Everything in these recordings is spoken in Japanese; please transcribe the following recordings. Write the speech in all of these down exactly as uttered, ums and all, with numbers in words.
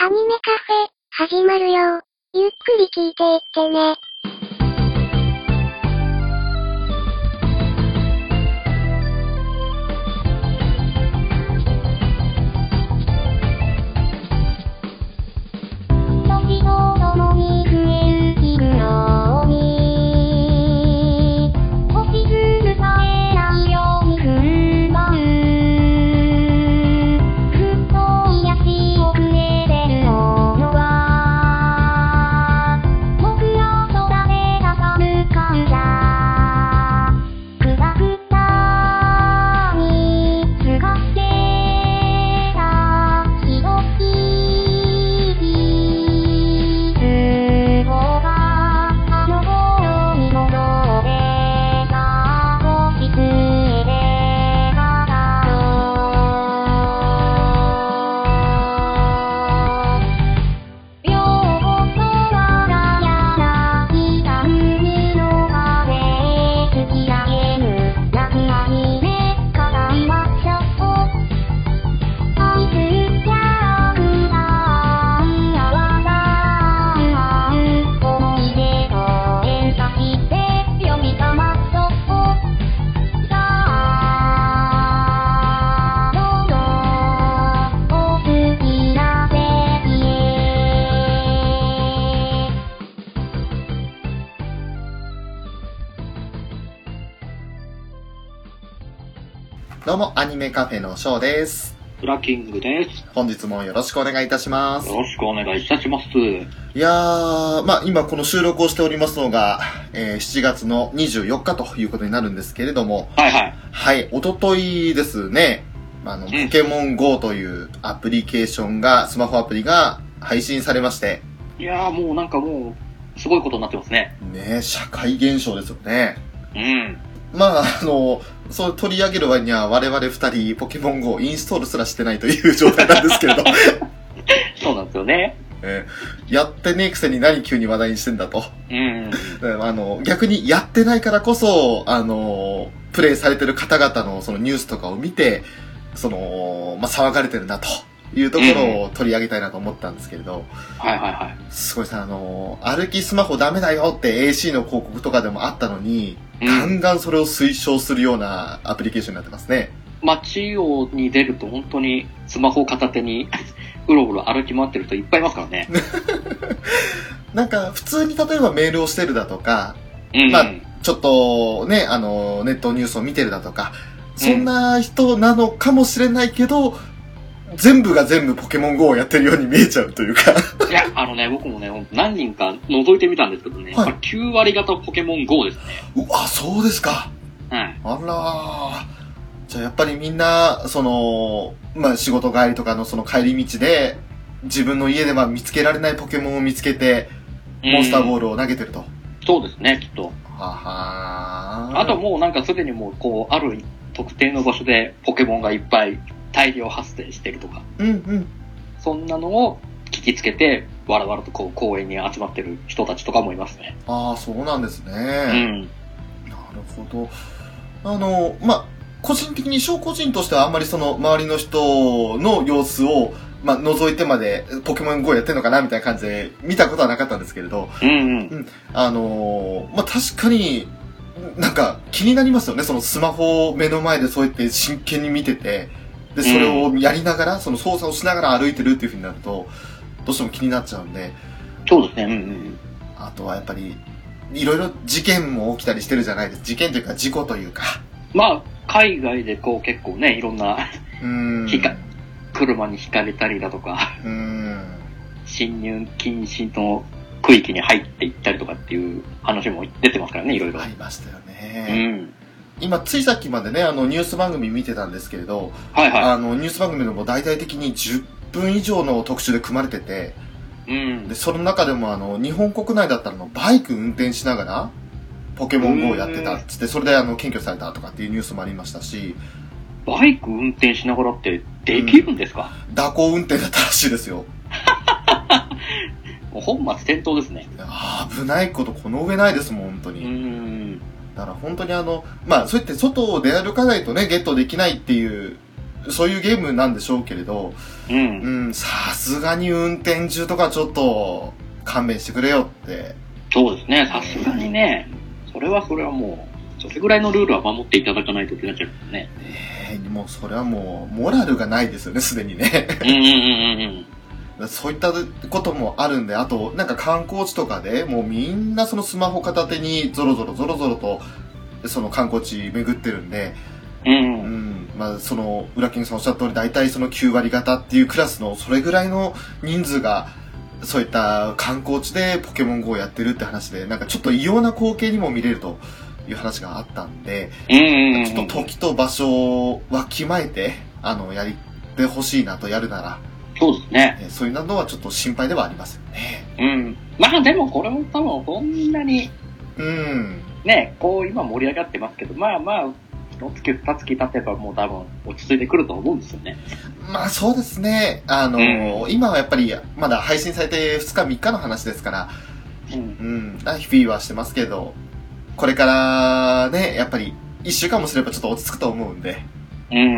アニメカフェ、始まるよ。ゆっくり聞いていってね。時とともに増える日のように、星屑さえないように踏ん張る。ふっと癒しをくれてるものは、僕ら空で挟む感謝。くたくたにすがってたひときどうも、アニメカフェのショーです。 ブラキングです。 本日もよろしくお願いいたします。 よろしくお願いいたします。 いやー、まあ今この収録をしておりますのが、えー、しちがつのにじゅうよっかということになるんですけれども、 はいはい。 はい、おとといですね、あの、うん、ポケモン ゴー というアプリケーションが、スマホアプリが配信されまして。 いやーもうなんかもう、すごいことになってますね。 ね、社会現象ですよね。 うん。 まあ、あの、そう取り上げる割には我々二人ポケモン ゴー インストールすらしてないという状態なんですけれど。 そうなんですよね。 えー、やってねえくせに何急に話題にしてんだと。 うん。 あの、逆にやってないからこそ、あの、プレイされてる方々のそのニュースとかを見て、その、まあ、騒がれてるなというところを取り上げたいなと思ったんですけれど。 うん、はいはいはい。 すごいさ、あの、歩きスマホダメだよって エーシー の広告とかでもあったのに、ガンガンそれを推奨するようなアプリケーションになってますね。 街をに出ると本当にスマホを片手にうろうろ歩き回ってる人いっぱいいますからね。 なんか普通に例えばメールをしてるだとか、 うん、 まあちょっとね、あのネットニュースを見てるだとか、そんな人なのかもしれないけど、うん、全部が全部ポケモン ゴー をやってるように見えちゃうというか。いや、あのね、僕もね、何人か覗いてみたんですけどね、はい、きゅうわりがたポケモン ゴー ですね。 うわ、そうですか。 はい。 あらー。じゃあやっぱりみんな、その、まあ仕事帰りとかのその帰り道で、自分の家では見つけられないポケモンを見つけて、モンスターボールを投げてると。 そうですね、きっと。 ははー。 あともうなんかすでにもう、こう、ある特定の場所でポケモンがいっぱい大量発生してるとか。 うんうん。 そんなのを聞きつけて、わらわらとこう公園に集まってる人たちとかもいますね。 ああ、そうなんですね。うん。 なるほど。あの、まあ、個人的に、小個人としてはあんまりその周りの人の様子を、まあ、覗いてまでポケモン ゴー やってんのかなみたいな感じで見たことはなかったんですけれど。 うんうん。 うん。あのー、まあ、確かに、なんか気になりますよね。そのスマホを目の前でそうやって真剣に見てて、で、それをやりながら、うん、その操作をしながら歩いてるっていう風になると、どうしても気になっちゃうんで。 そうですね。うんうん。 あとはやっぱり、いろいろ事件も起きたりしてるじゃないですか。事件というか事故というか。 まあ、海外でこう結構ね、いろんな、 うーん。 ひか、車にひかれたりだとか、 うーん。 侵入禁止の区域に入っていったりとかっていう話も出てますからね、いろいろ。 ありましたよね。 うん。 今、ついさっきまでね、あの、ニュース番組見てたんですけれど、 はいはい。 あの、ニュース番組でも大々的にじゅっぷん以上の特集で組まれてて、 うん。 で、その中でもあの、日本国内だったらの、バイク運転しながら、ポケモン ゴー やってたっつって、それであの、検挙されたとかっていうニュースもありましたし、 バイク運転しながらってできるんですか？ うん、蛇行運転だったらしいですよ。 もう本末転倒ですね。 危ないことこの上ないですもん、本当に。 うん。 だから本当にあの、まあ、そうやって外を出歩かないとね、ゲットできないっていうそういうゲームなんでしょうけれど、 うん。 うん、さすがに運転中とかちょっと勘弁してくれよって。 そうですね。さすがにね、それはそれはもう、それぐらいのルールは守っていただかないといけないですね。 えー、もうそれはもう、モラルがないですよね、すでにね。 うんうんうんうん。そういったこともあるんで、あと、なんか観光地とかで、もうみんなそのスマホ片手にゾロゾロゾロゾロと、その観光地巡ってるんで、 うん。うん。 うん、まあその、ウラキングさんおっしゃった通り、大体そのきゅう割方っていうクラスの、それぐらいの人数が、そういった観光地でポケモン ゴー をやってるって話で、なんかちょっと異様な光景にも見れるという話があったんで、 うんうんうん。 ちょっと時と場所をわきまえて、あの、やりてほしいなと、やるなら。 そうですね。 えそういうのはちょっと心配ではありますよね。 うん。まあでもこれも多分そんなに、 うん。 ね、こう今盛り上がってますけど、まあまあ、一月二月経てばもう多分落ち着いてくると思うんですよね。 まあそうですね。あの、うん、今はやっぱりまだ配信されてふつかみっかの話ですから、うん、うん、日々はしてますけど、これからね、やっぱりいっしゅうかんもすればちょっと落ち着くと思うんで、 うん。うん。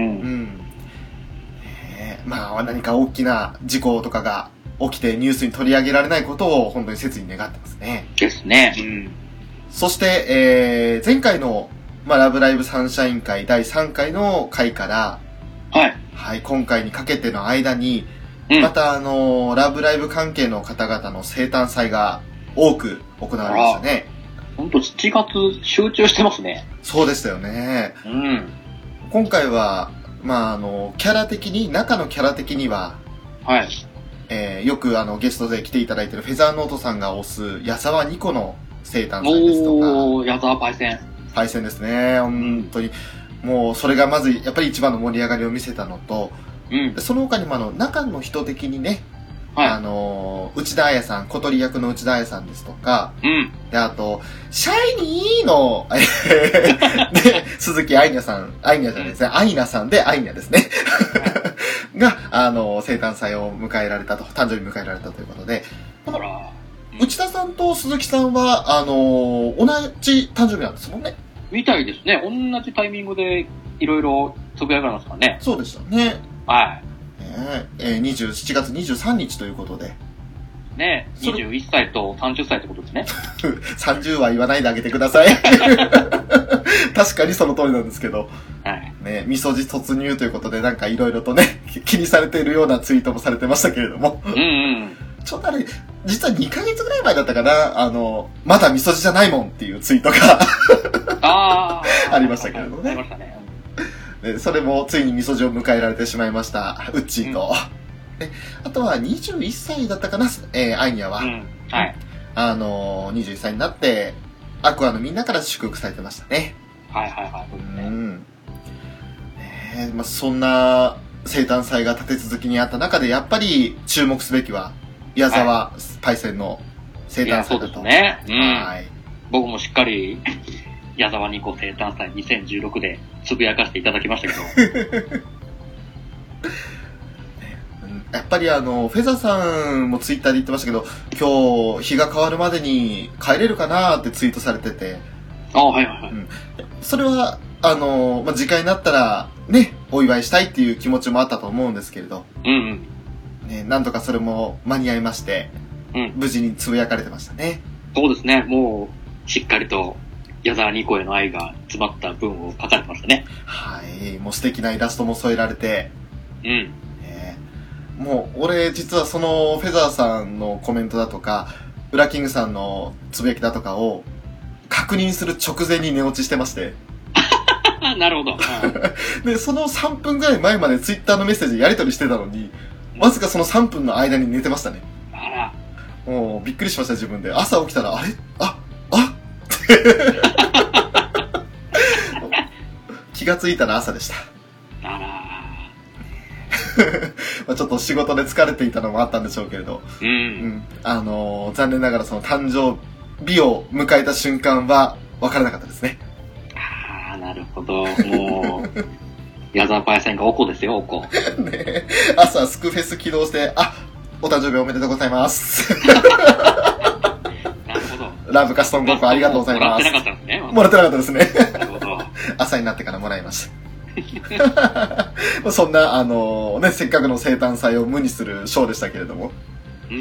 ね、まあ何か大きな事故とかが起きてニュースに取り上げられないことを本当に切に願ってますね。 ですね。うん。 そして、えー、前回の、まあ、ラブライブサンシャイン会だいさんかいの回から、 はい。 はい、今回にかけての間に、 うん、 またあのー、ラブライブ関係の方々の生誕祭が多く行われましたね。 ほんとしちがつ集中してますね。 そうでしたよね。 うん。 今回は、まああの、キャラ的に、中のキャラ的には、 はい。 えー、よくあの、ゲストで来ていただいているフェザーノートさんが推す矢沢ニコの生誕祭ですとか。 おー、矢沢パイセン。 パイセンですね。本当に。もう、それがまず、やっぱり一番の盛り上がりを見せたのと、 うん。 その他にもあの、中の人的にね、 はい。 あの、内田彩さん、小鳥役の内田彩さんですとか、 うん。 で、あと、シャイニーの、で、鈴木愛菜さん、愛菜じゃないですね、愛菜さんで愛菜ですね。が、あの、生誕祭を迎えられたと、誕生日迎えられたということで、 だから、 内田さんと鈴木さんは、あの、同じ誕生日なんですもんね。 みたいですね。同じタイミングでいろいろつぶやかれますからね。 そうでしたね。 はい。 えー、にじゅうしちがつにじゅうさんにちということで。 ねえ、にじゅういっさいとさんじゅっさいってことですね。 さんじゅうは言わないであげてください。確かにその通りなんですけど。 はい。 ね、みそじ突入ということでなんかいろいろとね、気にされているようなツイートもされてましたけれども。 うんうん。 ちょっとあれ、実はにかげつぐらい前だったかな、あの、まだみそじじゃないもんっていうツイートがあありましたけれどね。 ありましたね。 でそれもついにみそじを迎えられてしまいました、ウッチーと。うん、であとはにじゅういっさいだったかな、えー、アイニャは。 うん。はい。 あのー、にじゅういっさいになって、アクアのみんなから祝福されてましたね。 はいはいはい。 うん。ねえ、まあ、そんな生誕祭が立て続きにあった中で、やっぱり注目すべきは、矢沢パイセンの生誕祭だと。 そうですね。うん。 はい。僕もしっかり、矢沢ニコ生誕祭にせんじゅうろくでつぶやかしていただきましたけど。 やっぱりあの、フェザーさんもツイッターで言ってましたけど、今日日が変わるまでに帰れるかなってツイートされてて。 ああ、はいはいはい。うん、 それは、あの、まあ、時間になったら、ね、お祝いしたいっていう気持ちもあったと思うんですけれど。 うんうん。 ね、なんとかそれも間に合いまして、うん、無事につぶやかれてましたね。 そうですね、もう、しっかりと、矢沢ニコへの愛が詰まった文を書かれてましたね。 はい、もう素敵なイラストも添えられて。 うん。 もう、俺、実はその、フェザーさんのコメントだとか、ウラキングさんのつぶやきだとかを、確認する直前に寝落ちしてまして。 なるほど。 で、そのさんぷんぐらい前までツイッターのメッセージやり取りしてたのに、わずかそのさんぷんの間に寝てましたね。 あら。 もう、びっくりしました、自分で。朝起きたら、あれあ、あって気がついたら朝でした。 あら。 まあちょっと仕事で疲れていたのもあったんでしょうけれど、 うん、うん、 あのー、残念ながらその誕生日を迎えた瞬間は分からなかったですね。 ああ、なるほど。もう、矢沢パイセンがおこですよ、おこ。 ね、朝スクフェス起動して、あ、お誕生日おめでとうございます。 なるほど。 ラブカストンごっこありがとうございます。 もらってなかったんですね。 もらってなかったですね。 なるほど。 朝になってからもらいましそんな、あのね、せっかくの生誕祭を無にするショーでしたけれども。 うん。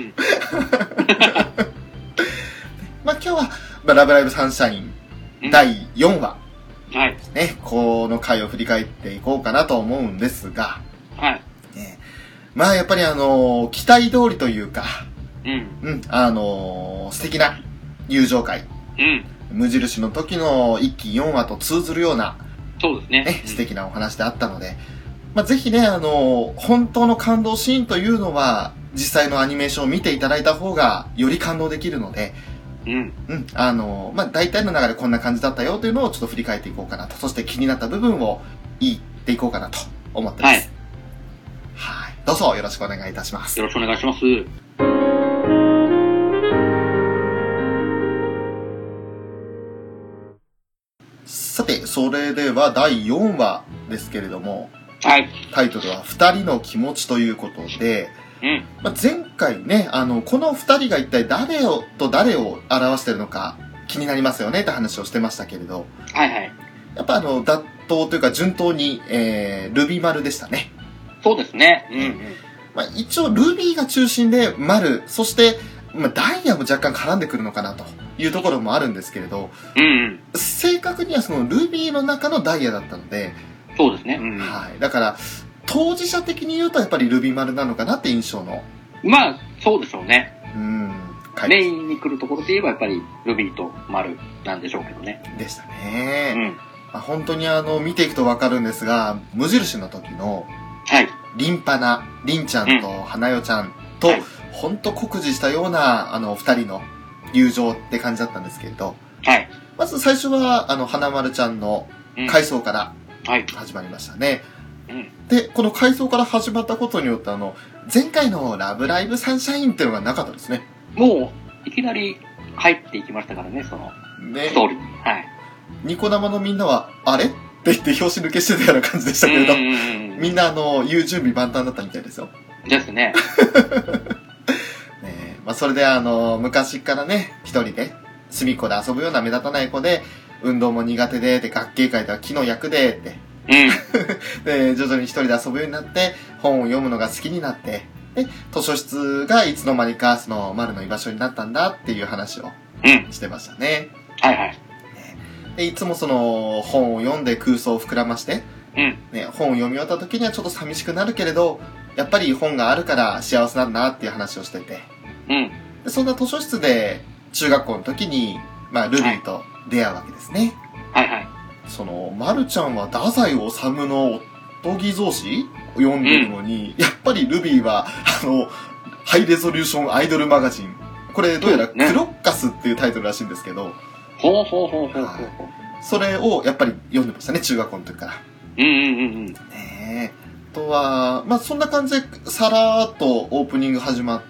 まあ今日は、まあ、ラブライブサンシャインだいよんわ。 はい。 ね、この回を振り返っていこうかなと思うんですが。 はい。 ね、まあやっぱりあのー、期待通りというか、 うん。 うん、あのー、素敵な友情会。 うん。 無印の時のいっきよんわと通ずるような、 そうですね。 ね、素敵なお話であったので、まあ、ぜひね、あの、本当の感動シーンというのは、実際のアニメーションを見ていただいた方が、より感動できるので、 うん。 うん、あの、まあ、大体の流れこんな感じだったよというのをちょっと振り返っていこうかなと。そして気になった部分を言っていこうかなと思ってます。はい。はい。どうぞよろしくお願いいたします。 よろしくお願いします。 さて、それではだいよんわですけれども、 はい。 タイトルは二人の気持ちということで、 うん。 まあ、前回ね、あの、この二人が一体誰をと誰を表してるのか気になりますよねって話をしてましたけれど、 はいはい。 やっぱあの、妥当というか順当に、えー、ルビー丸でしたね。 そうですね。うん、うん。 まあ、一応ルビーが中心で丸、そして、まあ、ダイヤも若干絡んでくるのかなというところもあるんですけれど、 うんうん。 正確にはそのルビーの中のダイヤだったので、 そうですね。うん、うん。 はい。だから、当事者的に言うとやっぱりルビー丸なのかなって印象の。 まあ、そうでしょうね。 うん。 メインに来るところで言えばやっぱりルビーと丸なんでしょうけどね。 でしたね。 うん。 まあ、本当にあの、見ていくとわかるんですが、無印の時の、 はい。 リンパナ、リンちゃんと花代ちゃんと、 はい、 ほんと酷似したような、あの、二人の友情って感じだったんですけれど、 はい。 まず最初は、あの、花丸ちゃんの回想から始まりましたね。 うん、 で、この回想から始まったことによって、あの、前回のラブライブサンシャインっていうのがなかったですね。 もう、いきなり入っていきましたからね、その、ね、ストーリーに。はい。 ニコ生のみんなは、あれって言って拍子抜けしてたような感じでしたけれど、みんなあの、言う準備万端だったみたいですよ。 ですね。 ねまあ、それであの、昔からね、一人で、隅っこで遊ぶような目立たない子で、運動も苦手で、で、学芸会では木の役で、って。 うん。 で、徐々に一人で遊ぶようになって、本を読むのが好きになって、で、図書室がいつの間にか、その、丸の居場所になったんだっていう話を、してましたね。 うん、はいはい。 で、いつもその、本を読んで空想を膨らまして、 うん。 ね、本を読み終わった時にはちょっと寂しくなるけれど、やっぱり本があるから幸せなんだっていう話をしてて。 うん。 で、そんな図書室で、中学校の時に、まあ、ルビーと出会うわけですね。 はいはい。 その、まるちゃんは太宰治の夫義草子を読んでるのに、うん、やっぱりルビーは、あの、ハイレゾリューションアイドルマガジン。これ、どうやらクロッカスっていうタイトルらしいんですけど、 ほうほうほうほうほうほう。 それをやっぱり読んでましたね、中学校の時から。 うんうんうんうん。 ねえ。あとは、まあそんな感じで、さらーっとオープニング始まって、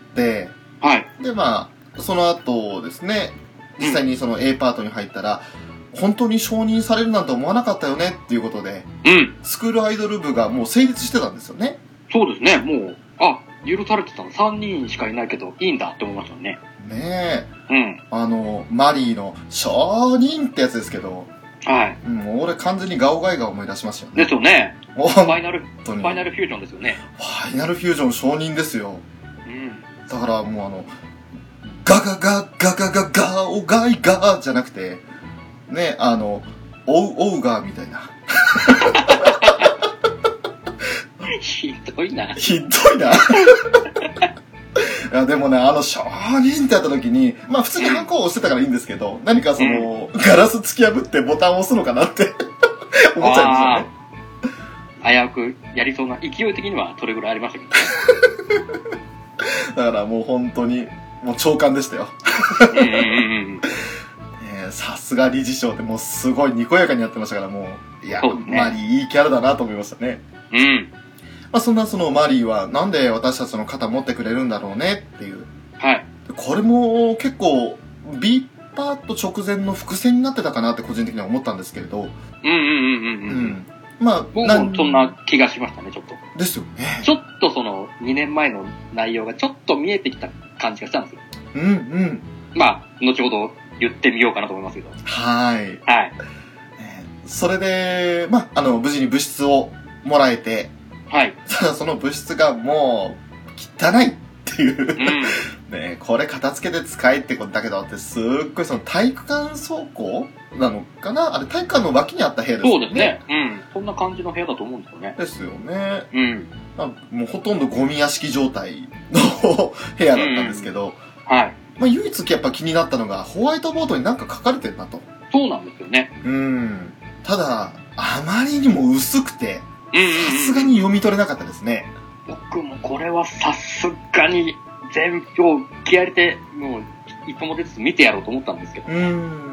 はい。 で、まあ、その後ですね、実際にその A パートに入ったら、うん、本当に承認されるなんて思わなかったよねっていうことで、 うん。 スクールアイドル部がもう成立してたんですよね。 そうですね、もう、あ、許されてたのさんにんしかいないけど、いいんだって思いましたね。 ねえ。 うん。 あの、マリーの、承認ってやつですけど、 はい。 もう俺完全にガオガイガを思い出しましたよね。 ですよね。ファイナル、ファイナルフュージョンですよね。 ファイナルフュージョン承認ですよ。 うん。 だからもうあの、ガガガガガガガオガイガじゃなくて、ね、あの、オウオウガみたいな。 ひどいな。 ひどいな。いや、でもね、あの、承認ってやった時に、まあ普通にハンコを押してたからいいんですけど、何かその、うん、ガラス突き破ってボタンを押すのかなって思っちゃいましたね。 危うくやりそうな、勢い的にはそれぐらいありましたけど、ね。 だからもう本当に、もう長官でしたよ。さすが理事長ってもうすごいにこやかにやってましたから、もう、いや、ね、マリーいいキャラだなと思いましたね。 うん。 まあそんなそのマリーはなんで私たちの肩持ってくれるんだろうねっていう。 はい。 これも結構 B パート直前の伏線になってたかなって個人的には思ったんですけれど。 うんうんうんうんうん。うん。 まあ、 僕もそんな気がしましたね、ちょっと。 ですよね。 ちょっとそのにねんまえの内容がちょっと見えてきた感じがしたんですよ。 うんうん。 まあ、後ほど言ってみようかなと思いますけど。 はい。 はい。 それで、まあ、あの、無事に物質をもらえて、 はい。 ただその物質がもう、汚いっていう。 うん。 ね、これ片付けて使えってことだけどって、すっごいその体育館倉庫なのかなあれ体育館の脇にあった部屋ですよね。 そうですね。うん。そんな感じの部屋だと思うんですよね。 ですよね。 うん。 もうほとんどゴミ屋敷状態の部屋だったんですけど、 うん、はい。 まあ唯一やっぱ気になったのがホワイトボードになんか書かれてるなと。 そうなんですよね。 うん。ただ、あまりにも薄くて、 うんうんうん、 さすがに読み取れなかったですね。 僕もこれはさすがに全部を気合入れて、もう一歩も出ずつ見てやろうと思ったんですけど、 うん。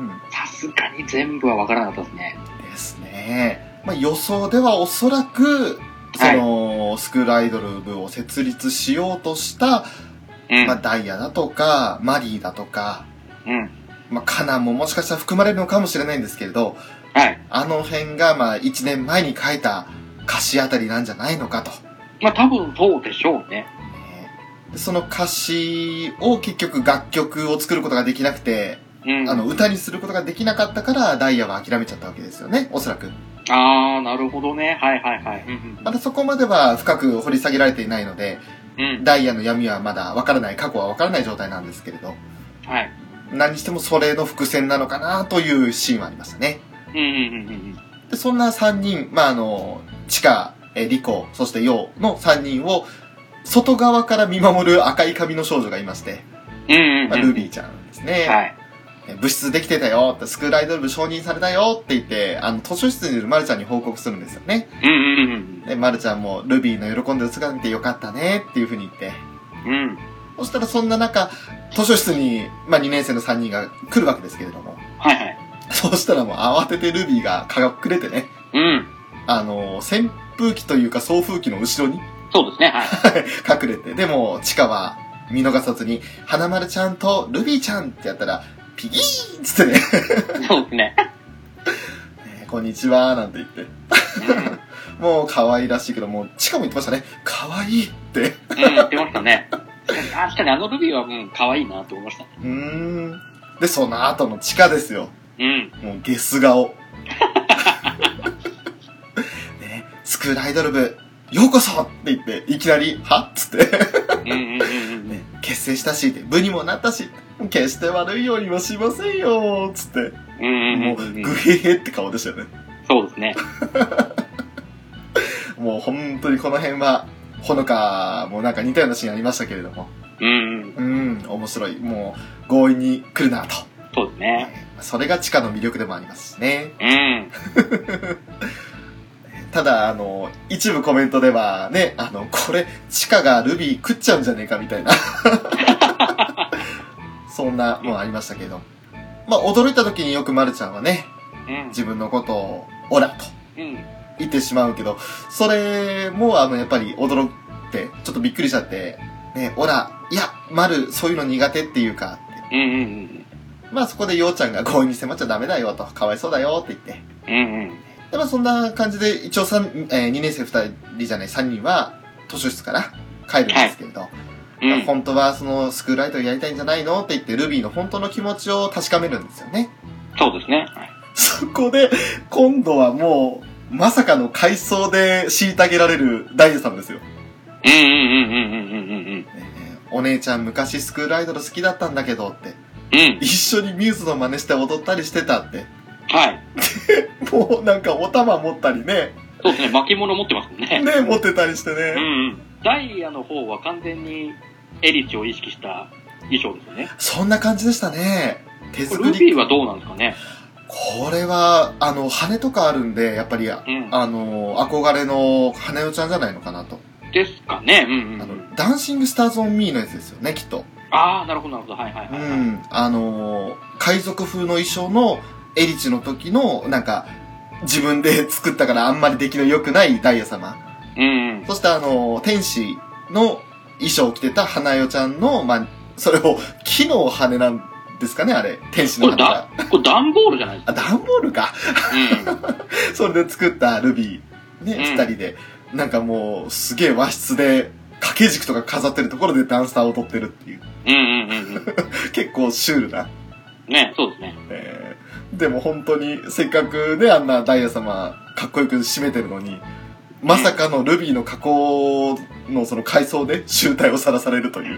さすがに全部はわからなかったですね。 ですね。まあ予想ではおそらく、その、はい、スクールアイドル部を設立しようとした、うん、まあダイヤだとか、マリーだとか、 うん。 まあカナンももしかしたら含まれるのかもしれないんですけれど、 はい。 あの辺がまあ一年前に書いた歌詞あたりなんじゃないのかと。 まあ多分そうでしょうね。 その歌詞を結局楽曲を作ることができなくて、うん、あの歌にすることができなかったからダイヤは諦めちゃったわけですよね、おそらく。 あー、なるほどね。はいはいはい。うんうん、 まだそこまでは深く掘り下げられていないので、うん、ダイヤの闇はまだわからない、過去はわからない状態なんですけれど、 はい。 何にしてもそれの伏線なのかなというシーンはありましたね。 うんうんうんうん、 でそんなさんにん、まああの、チカ、えリコ、そしてヨウのさんにんを、外側から見守る赤い髪の少女がいまして、 うんうんうん、 まあ、ルビーちゃんですね。 はい。 物質できてたよって、スクールアイドル部承認されたよって言って、あの、図書室にいるマルちゃんに報告するんですよね。 うんうんうん。 で、マルちゃんもルビーの喜んでる姿見てよかったねっていう風に言って。 うん。 そしたらそんな中、図書室に、まあにねん生のさんにんが来るわけですけれども。 はいはい。 そうしたらもう慌ててルビーが隠れてね。 うん。 あの、扇風機というか送風機の後ろに。 そうですね、はい。 隠れて。でも、チカは見逃さずに、花丸ちゃんとルビーちゃんってやったら、ピギーンつってね。 そうですね。 えー、こんにちはーなんて言って。うん、もう可愛らしいけど、もう、チカも言ってましたね。可愛いって。 うん、言ってましたね。確かにあのルビーは、うん、可愛いなと思いました。 うーん。で、その後のチカですよ。 うん。 もうゲス顔。ね、スクールアイドル部、ようこそって言って、いきなり、はっつって、 うんうんうんうん、 ね。結成したし、部にもなったし、決して悪いようにはしませんよつって。 うんうんうんうん、 もう、グヘヘって顔でしたよね。 そうですね。 もう本当にこの辺は、ほのかもなんか似たようなシーンありましたけれども。 うん、 うん。うん、面白い。もう、強引に来るなと。 そうですね。 それが地下の魅力でもありますしね。 うん。 ただ、あの、一部コメントではね、あの、これ、チカがルビー食っちゃうんじゃねえかみたいな。そんなもんありましたけど。まあ、驚いた時によくマルちゃんはね、うん、自分のことを、オラと、言ってしまうけど、それも、あの、やっぱり驚いて、ちょっとびっくりしちゃって、ね、オラ、いや、マル、そういうの苦手っていうか、って。 うんうんうん、 まあ、そこでヨウちゃんが強引に迫っちゃダメだよと、かわいそうだよって言って。 うんうんでまあそんな感じで、一応さん、えー、にねん生ふたりじゃない、さんにんは、図書室から帰るんですけれど、はいうん、本当はそのスクールアイドルやりたいんじゃないのって言って、ルビーの本当の気持ちを確かめるんですよね。 そうですね。 そこで、今度はもう、まさかの回想で虐げられるダイヤ様ですよ。 うんうんうんうんうんうんうん。 お姉ちゃん昔スクールアイドル好きだったんだけどって。 うん。 一緒にミューズの真似して踊ったりしてたって。 はい。 で、もうなんかお玉持ったりね。 そうですね、巻物持ってますもんね。 ね、持ってたりしてね。 うんうん。ダイヤの方は完全にエリチを意識した衣装ですよね。 そんな感じでしたね。手作り。 ルビーはどうなんですかね。 これは、あの、羽とかあるんで、やっぱり、うん、あの、憧れの羽代ちゃんじゃないのかなと。 ですかね。うんうん、うん。 あの、ダンシングスターズオンミーのやつですよね、きっと。 ああ、なるほどなるほど。はいはいはい、はい。 うん。あの、海賊風の衣装のエリチの時の、なんか、自分で作ったからあんまり出来の良くないダイヤ様。 うん、うん。 そしてあの、天使の衣装を着てた花代ちゃんの、まあ、それを木の羽なんですかね、あれ。天使の羽が。 これだ、これ段ボールじゃないですか。 あ、段ボールか。うん。それで作ったルビー、ね、二、うん、人で、なんかもう、すげえ和室で、掛け軸とか飾ってるところでダンサーを踊ってるっていう。 うんうんうんうん。 結構シュールな。 ね、そうですね。 えー、 でも本当に、せっかくね、あんなダイヤ様、かっこよく締めてるのに、まさかのルビーの加工のその階層で醜態をさらされるという。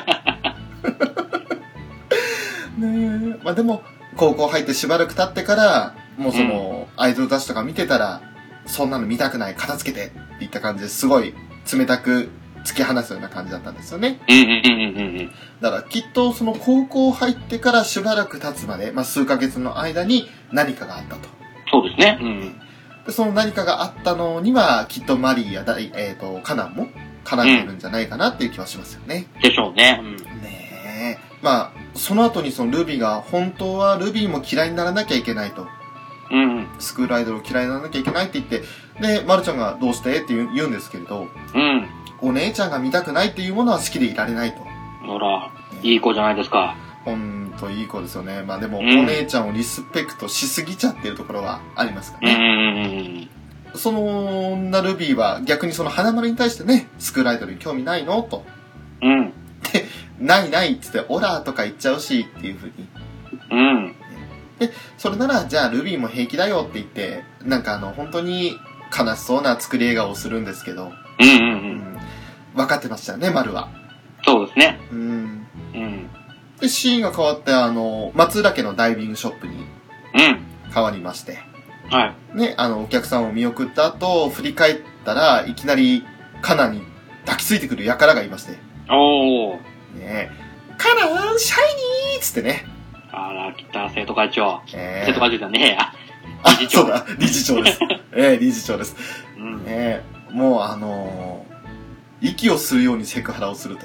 ねえ。まあでも、高校入ってしばらく経ってから、もうその、アイドル雑誌とか見てたら、そんなの見たくない、片付けてっていった感じですごい冷たく突き放すような感じだったんですよね。 うんうんうんうんうん。 だからきっとその高校入ってからしばらく経つまで、まあ数ヶ月の間に何かがあったと。 そうですね。うん。 でその何かがあったのには、きっとマリーやダイ、えっ、と、カナンも絡んでるんじゃないかなっていう気はしますよね。 でしょうね。うん。 ねえ。まあ、その後にそのルビーが、本当はルビーも嫌いにならなきゃいけないと。 うん。 スクールアイドルを嫌いにならなきゃいけないって言って、で、マルちゃんがどうしてって言う言うんですけれど、 うん。 お姉ちゃんが見たくないっていうものは好きでいられないと。 ほら、いい子じゃないですか。 ほんといい子ですよね。まあでも、 うんお姉ちゃんをリスペクトしすぎちゃってるところはありますかうんうんね。そのなルビーは逆にその花丸に対してね、スクールアイドルに興味ないのと。 うんうん。うん。 で、ないないっつって、オラーとか言っちゃうしっていう風に。 うん。 で、それなら、じゃあルビーも平気だよって言って、なんかあの、本当に悲しそうな作り笑顔をするんですけど、 うんうんう。 うんん、分かってましたよね、丸は。 そうですね。 うん。 うん。 で、シーンが変わって、あの、松浦家のダイビングショップにうん。 変わりまして、 はい。 ね、あの、お客さんを見送った後、振り返ったらいきなり、カナに抱きついてくる輩がいまして、 おー。 ね、カナン、シャイニーっつってね、 あら、来た、生徒会長。 え生徒会長じゃねえや。 あ、 理事長そうだ、理事長です。ええ理事長です。 うん。 ねもうあのー、息をするようにセクハラをすると。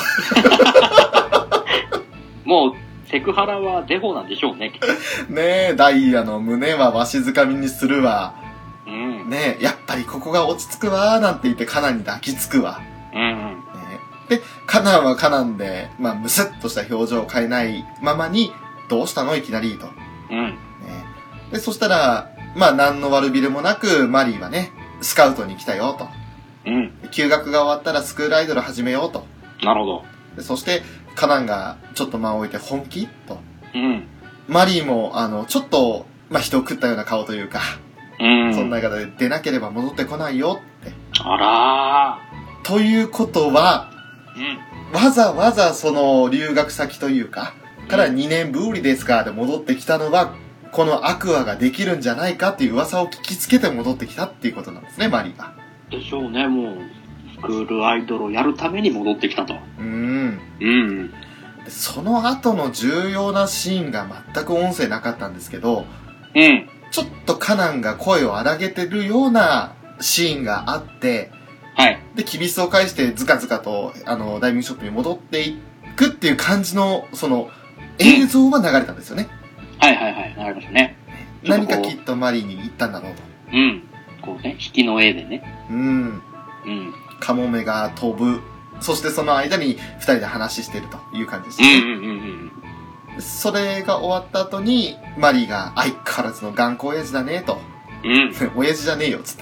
もう、セクハラはデフォなんでしょうね。 ねえ、ダイヤの胸はわしづかみにするわ。 うん。 ねえ、やっぱりここが落ち着くわ、なんて言ってカナンに抱きつくわ。 うんうん。 ねえで、カナンはカナンで、まあ、ムスッとした表情を変えないままに、どうしたのいきなりと。 うん。 ねえで、そしたら、まあ、何の悪びれもなく、マリーはね、スカウトに来たよと。 うん。 休学が終わったらスクールアイドル始めようと。 なるほど。 でそして、カナンがちょっと間を置いて本気と。 うん。 マリーも、あの、ちょっと、まあ、人を食ったような顔というか、 うん。 そんな言い方で出なければ戻ってこないよって。 あらということは、 ー。うん。 わざわざその留学先というか、からにねんぶりですかで戻ってきたのは、このアクアができるんじゃないかっていう噂を聞きつけて戻ってきたっていうことなんですね、マリーが。 でしょうね、もう、スクールアイドルをやるために戻ってきたと。 うーん。 うん。 その後の重要なシーンが全く音声なかったんですけど、 うん。 ちょっとカナンが声を荒げてるようなシーンがあって、 はい。 で、キビスを返してズカズカと、あの、ダイビングショップに戻っていくっていう感じの、その、映像は流れたんですよね。 はいはいはい、なりましたね。 何かきっとマリーに言ったんだろうと。 うん。こうね、引きの絵でね。 うん。 うん。 カモメが飛ぶ。そしてその間に二人で話してるという感じでしたね。 うんうんうんうん。 それが終わった後に、マリーが相変わらずの頑固親父だねと。 うん。 親父じゃねえよっつって。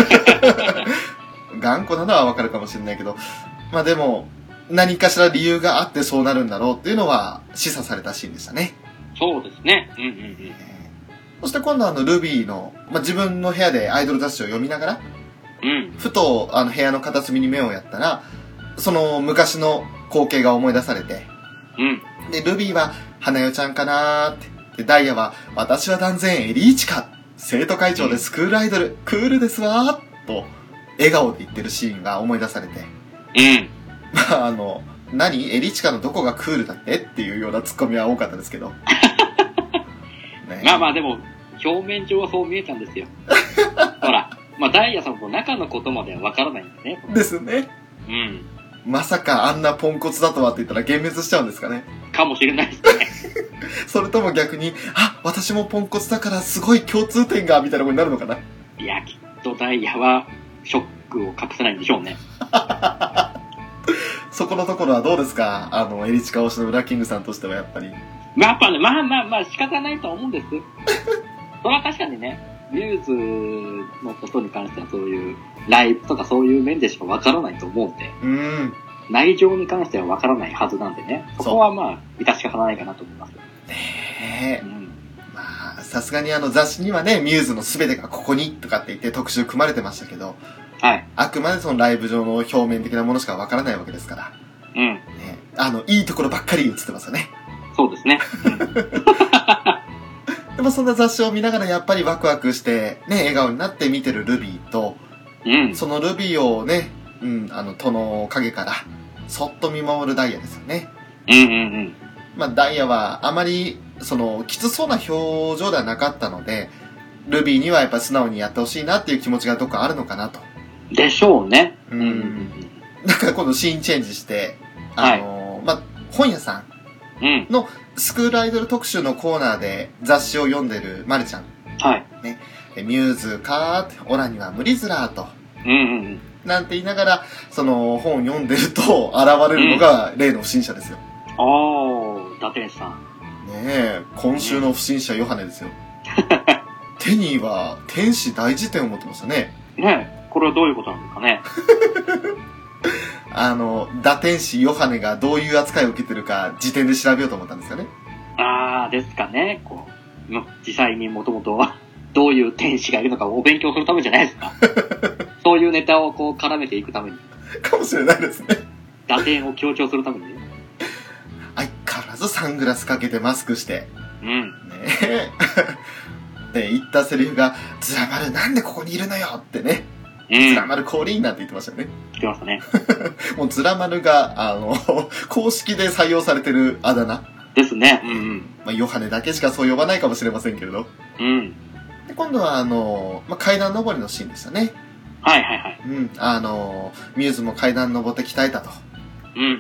頑固なのはわかるかもしれないけど、まあでも、何かしら理由があってそうなるんだろうっていうのは示唆されたシーンでしたね。 そうですね。うんうんうん。 そして今度はあのルビーの、まあ、自分の部屋でアイドル雑誌を読みながら、 うん。 ふとあの部屋の片隅に目をやったら、その昔の光景が思い出されて、 うん。 で、ルビーは花代ちゃんかなーって、で、ダイヤは私は断然エリーチか、生徒会長でスクールアイドル、クールですわーと、笑顔で言ってるシーンが思い出されて、 うん。 まああの、何エリチカのどこがクールだってっていうようなツッコミは多かったですけど。ね、 まあまあでも、表面上はそう見えたんですよ。ほら、まあダイヤさんも中のことまではわからないんでね。 ですね。 うん。 まさかあんなポンコツだとはって言ったら幻滅しちゃうんですかね。 かもしれないですね。 それとも逆に、あ、私もポンコツだからすごい共通点が、みたいなことになるのかな。 いや、きっとダイヤは、ショックを隠せないんでしょうね。 そこのところはどうですかあの、エリチカ推しのウラキングさんとしてはやっぱり。 まあやっぱね、まあまあまあ仕方ないとは思うんです。それは確かにね、ミューズのことに関してはそういう、ライブとかそういう面でしかわからないと思うんで、 うーん。 内情に関してはわからないはずなんでね、そこはまあ、致し方ないかなと思います。 ねえう。ん。 まさすがにあの雑誌にはね、ミューズのすべてがここにとかって言って特集組まれてましたけど、 はい。 あくまでそのライブ上の表面的なものしかわからないわけですから。 うん。 ね、あの、いいところばっかり映ってますよね。 そうですね。 でもそんな雑誌を見ながらやっぱりワクワクして、ね、笑顔になって見てるルビーと、 うん。 そのルビーをね、うん、あの、戸の影から、そっと見守るダイヤですよね。 うんうんうん。 まあ、ダイヤはあまり、その、きつそうな表情ではなかったので、ルビーにはやっぱ素直にやってほしいなっていう気持ちがどっかあるのかなと。 でしょうね。 うん。うん、だから今度シーンチェンジして、あの、はい、まあ、本屋さんのスクールアイドル特集のコーナーで雑誌を読んでるマルちゃん。 はい。 ね。ミューズかーって、オラには無理ずらーと。 うんうんうん。 なんて言いながら、その本読んでると現れるのが例の不審者ですよ。 ああ、ダテンさん。 ねえ、今週の不審者ヨハネですよ。テニーは天使大辞典を持ってましたね。 ねえ、これはどういうことなんですかね。 あの、打天使ヨハネがどういう扱いを受けてるか辞典で調べようと思ったんですよね。 ああ、ですかね。こう、実際にもともとはどういう天使がいるのかをお勉強するためじゃないですか。そういうネタをこう絡めていくために。 かもしれないですね。 打点を強調するためにね。 相変わらずサングラスかけてマスクして。 うん。 ねえ。で、言ったセリフが、ズラマルなんでここにいるのよってね。うん、ズラマル降臨なんて言ってましたよね。 言ってましたね。 もうズラマルが、あの、公式で採用されてるあだ名。 ですね。うんうん。 まあ、ヨハネだけしかそう呼ばないかもしれませんけれど。 うん。 で、今度はあの、まあ、階段登りのシーンでしたね。 はいはいはい。 うん。あの、ミューズも階段登って鍛えたと。 うん。うん。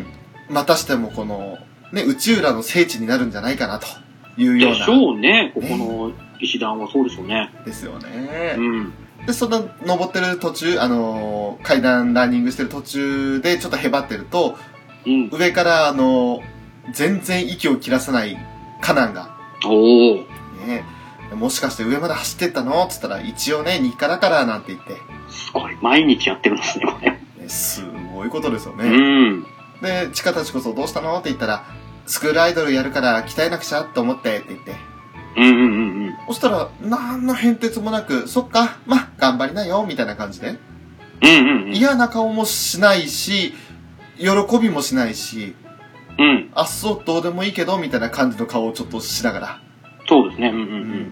またしてもこの、ね、内浦の聖地になるんじゃないかなというような。 でしょうね。ここの石段はそうでしょうね。 ですよね。 うん。 で、その登ってる途中、あの、階段ランニングしてる途中でちょっとへばってると、 うん、 上からあの、全然息を切らさないカナンが。 おお。 ね、もしかして上まで走ってったのつったら、一応ね、日課だからなんて言って。 すごい。毎日やってるんですね、これ。ね、 すごいことですよね。 うん。 で、チカたちこそどうしたのって言ったら、スクールアイドルやるから鍛えなくちゃって思ってって言って。 うんうんうんうん。 そしたら、なんの変哲もなく、そっか、ま、頑張りなよ、みたいな感じで。 うんうんうん。 嫌な顔もしないし、喜びもしないし、 うん。 あっそう、どうでもいいけど、みたいな感じの顔をちょっとしながら。 そうですね、うんうんうん。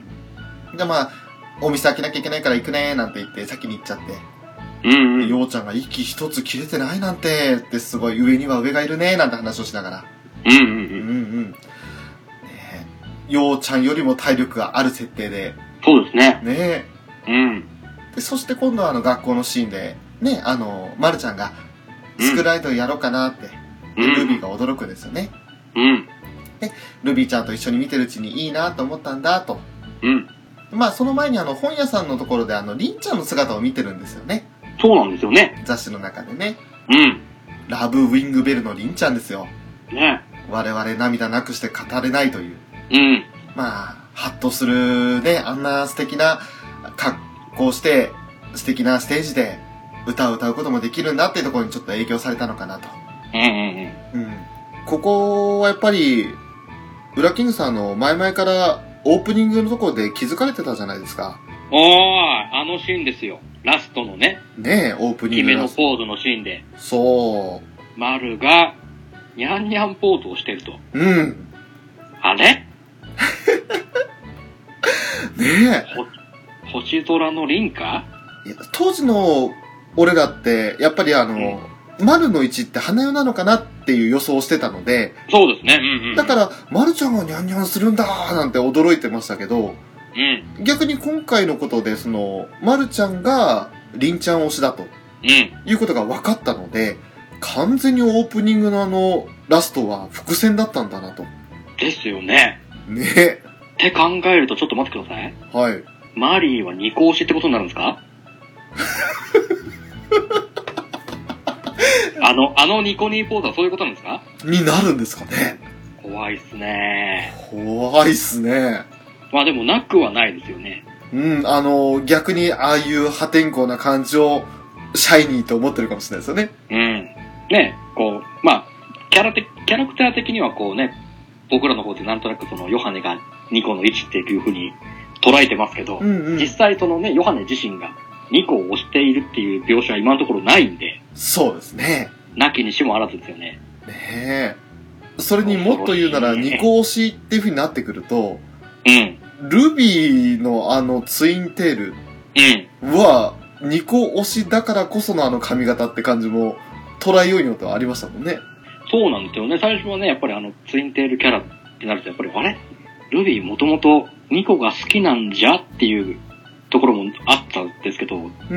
うん、で、まあ、お店開けなきゃいけないから行くね、なんて言って先に行っちゃって。 うんうん。 ようちゃんが息一つ切れてないなんて、ってすごい上には上がいるね、なんて話をしながら。 うんうんうん。うんうん。ねえ、ようちゃんよりも体力がある設定で。 そうですね。 ねえ。うん。 で、そして今度はあの学校のシーンで、ね、あの、まるちゃんが、スクールアイドルやろうかなって、うん、ルビーが驚くんですよね。 うん。 で、ルビーちゃんと一緒に見てるうちにいいなと思ったんだ、と。 うん。 まあ、その前にあの、本屋さんのところであの、りんちゃんの姿を見てるんですよね。 そうなんですよね。 雑誌の中でね。 うん。 ラブウィングベルのりんちゃんですよ。 ね。 我々涙なくして語れないという。 うん。 まあ、ハッとするね、あんな素敵な格好して、素敵なステージで歌を歌うこともできるんだっていうところにちょっと影響されたのかなと。 うんうんうん。 うん。ここはやっぱり、ウラキングさんの前々からオープニングのところで気づかれてたじゃないですか。 おー、あのシーンですよ。ラストのね。 ねえ、オープニング。 決めのポーズのシーンで。 そう。 マルが、ニャンニャンポーズをしてると。 うん。 あれねえ。 ほ、星空の輪か？ いや、当時の俺らって、やっぱりあの、うん、丸の位置って花代なのかなっていう予想をしてたので。 そうですね。うんうん。 だから、丸ちゃんがニャンニャンするんだーなんて驚いてましたけど、 うん。 逆に今回のことで、その、丸ちゃんが、りんちゃん推しだと。 うん。 いうことが分かったので、完全にオープニングのあの、ラストは伏線だったんだなと。 ですよね。 ねえ。 って考えるとちょっと待ってください。 はい。 マリーは二個推しってことになるんですか？あの、あのニコニーポーズはそういうことなんですか？ になるんですかね。 怖いっすね。 怖いっすね。 まあでもなくはないですよね。 うん、あの、逆にああいう破天荒な感じを、シャイニーと思ってるかもしれないですよね。 うん。ね、こう、まあ、キャラ的、キャラクター的にはこうね、 僕らの方でなんとなくそのヨハネがニコの位置っていう風に捉えてますけど、 うんうん。 実際そのね、ヨハネ自身がニコを押しているっていう描写は今のところないんで、 そうですね。 なきにしもあらずですよね。 ねえ。それにもっと言うなら、ニコ推しっていう風になってくると、 うん。 ルビーのあのツインテールうん。 は、ニコ推しだからこそのあの髪型って感じも、捉えようによってはありましたもんね。 そうなんですよね。最初はね、やっぱりあの、ツインテールキャラってなると、やっぱり、あれルビーもともとニコが好きなんじゃっていうところもあったんですけど、 うん。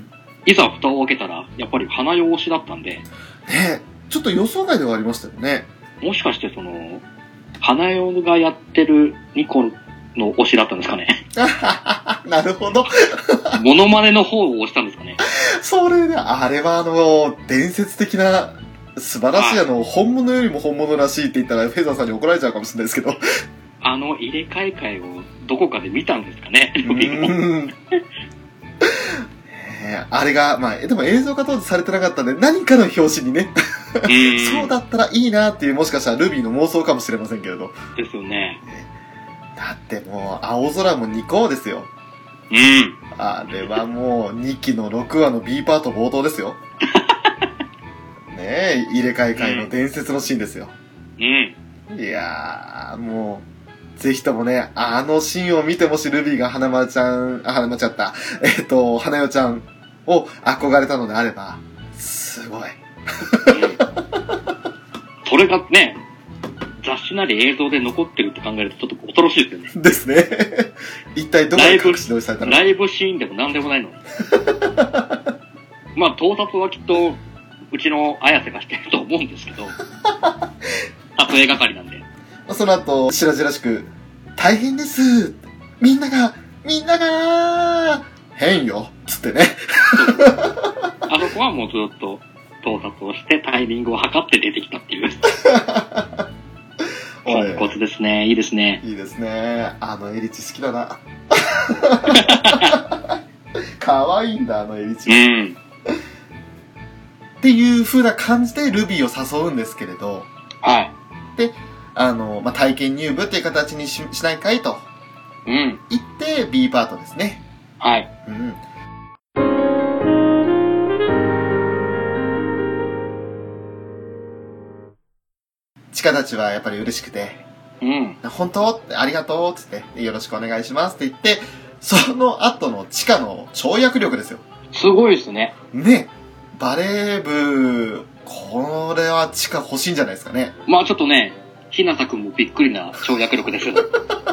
いざ蓋を開けたら、やっぱり花用推しだったんで、 ねえ、ちょっと予想外ではありましたよね。 もしかしてその、花用がやってるニコの推しだったんですかね。 なるほど。 モノマネの方を推したんですかね。 それね、あれはあの、伝説的な、素晴らしいあの、本物よりも本物らしいって言ったら、フェザーさんに怒られちゃうかもしれないですけど。 あの入れ替え会をどこかで見たんですかね、ルビーも。 うんねえあれが、まあ、でも映像化当時されてなかったんで、何かの表紙にね、そうだったらいいなっていう、もしかしたらルビーの妄想かもしれませんけれど。 ですよね。 だってもう、青空もニコですよ。 うん。 あれはもう、にきのろくわの B パート冒頭ですよ。ねえ、入れ替え会の伝説のシーンですよ。 うん。 いやー、もう、ぜひともね、あのシーンを見てもしルビーが花丸ちゃん、あ、花丸ちゃった、えっと、花代ちゃんを憧れたのであれば、すごい。 それがね、雑誌なり映像で残ってるって考えるとちょっと恐ろしいですよね。 ですね。一体どこで隠し撮りされたのか。 ライブシーンでも何でもないのに。まあ、盗撮はきっと、うちの綾瀬がしてると思うんですけど、撮影係なんで。 その後、白々しく、大変ですみんなが、みんなが変よつってね。 あそこはもうずっと盗撮をしてタイミングを測って出てきたっていう。ポンコツですね。いいですね。 いいですね。あのエリチ好きだな。可愛いんだ、あのエリチ。 うん。 っていう風な感じでルビーを誘うんですけれど。 はい。 で、あの、まあ、体験入部っていう形に し, しないかいと。 うん。 言って B パートですね。 はい。 うん。チカたちはやっぱり嬉しくて、 うん。 本当ってありがとうつって、よろしくお願いしますって言って、その後のチカの跳躍力ですよ。 すごいですね。 ね。バレー部、これはチカ欲しいんじゃないですかね。 まあちょっとね、ひなたくんもびっくりな跳躍力ですよね。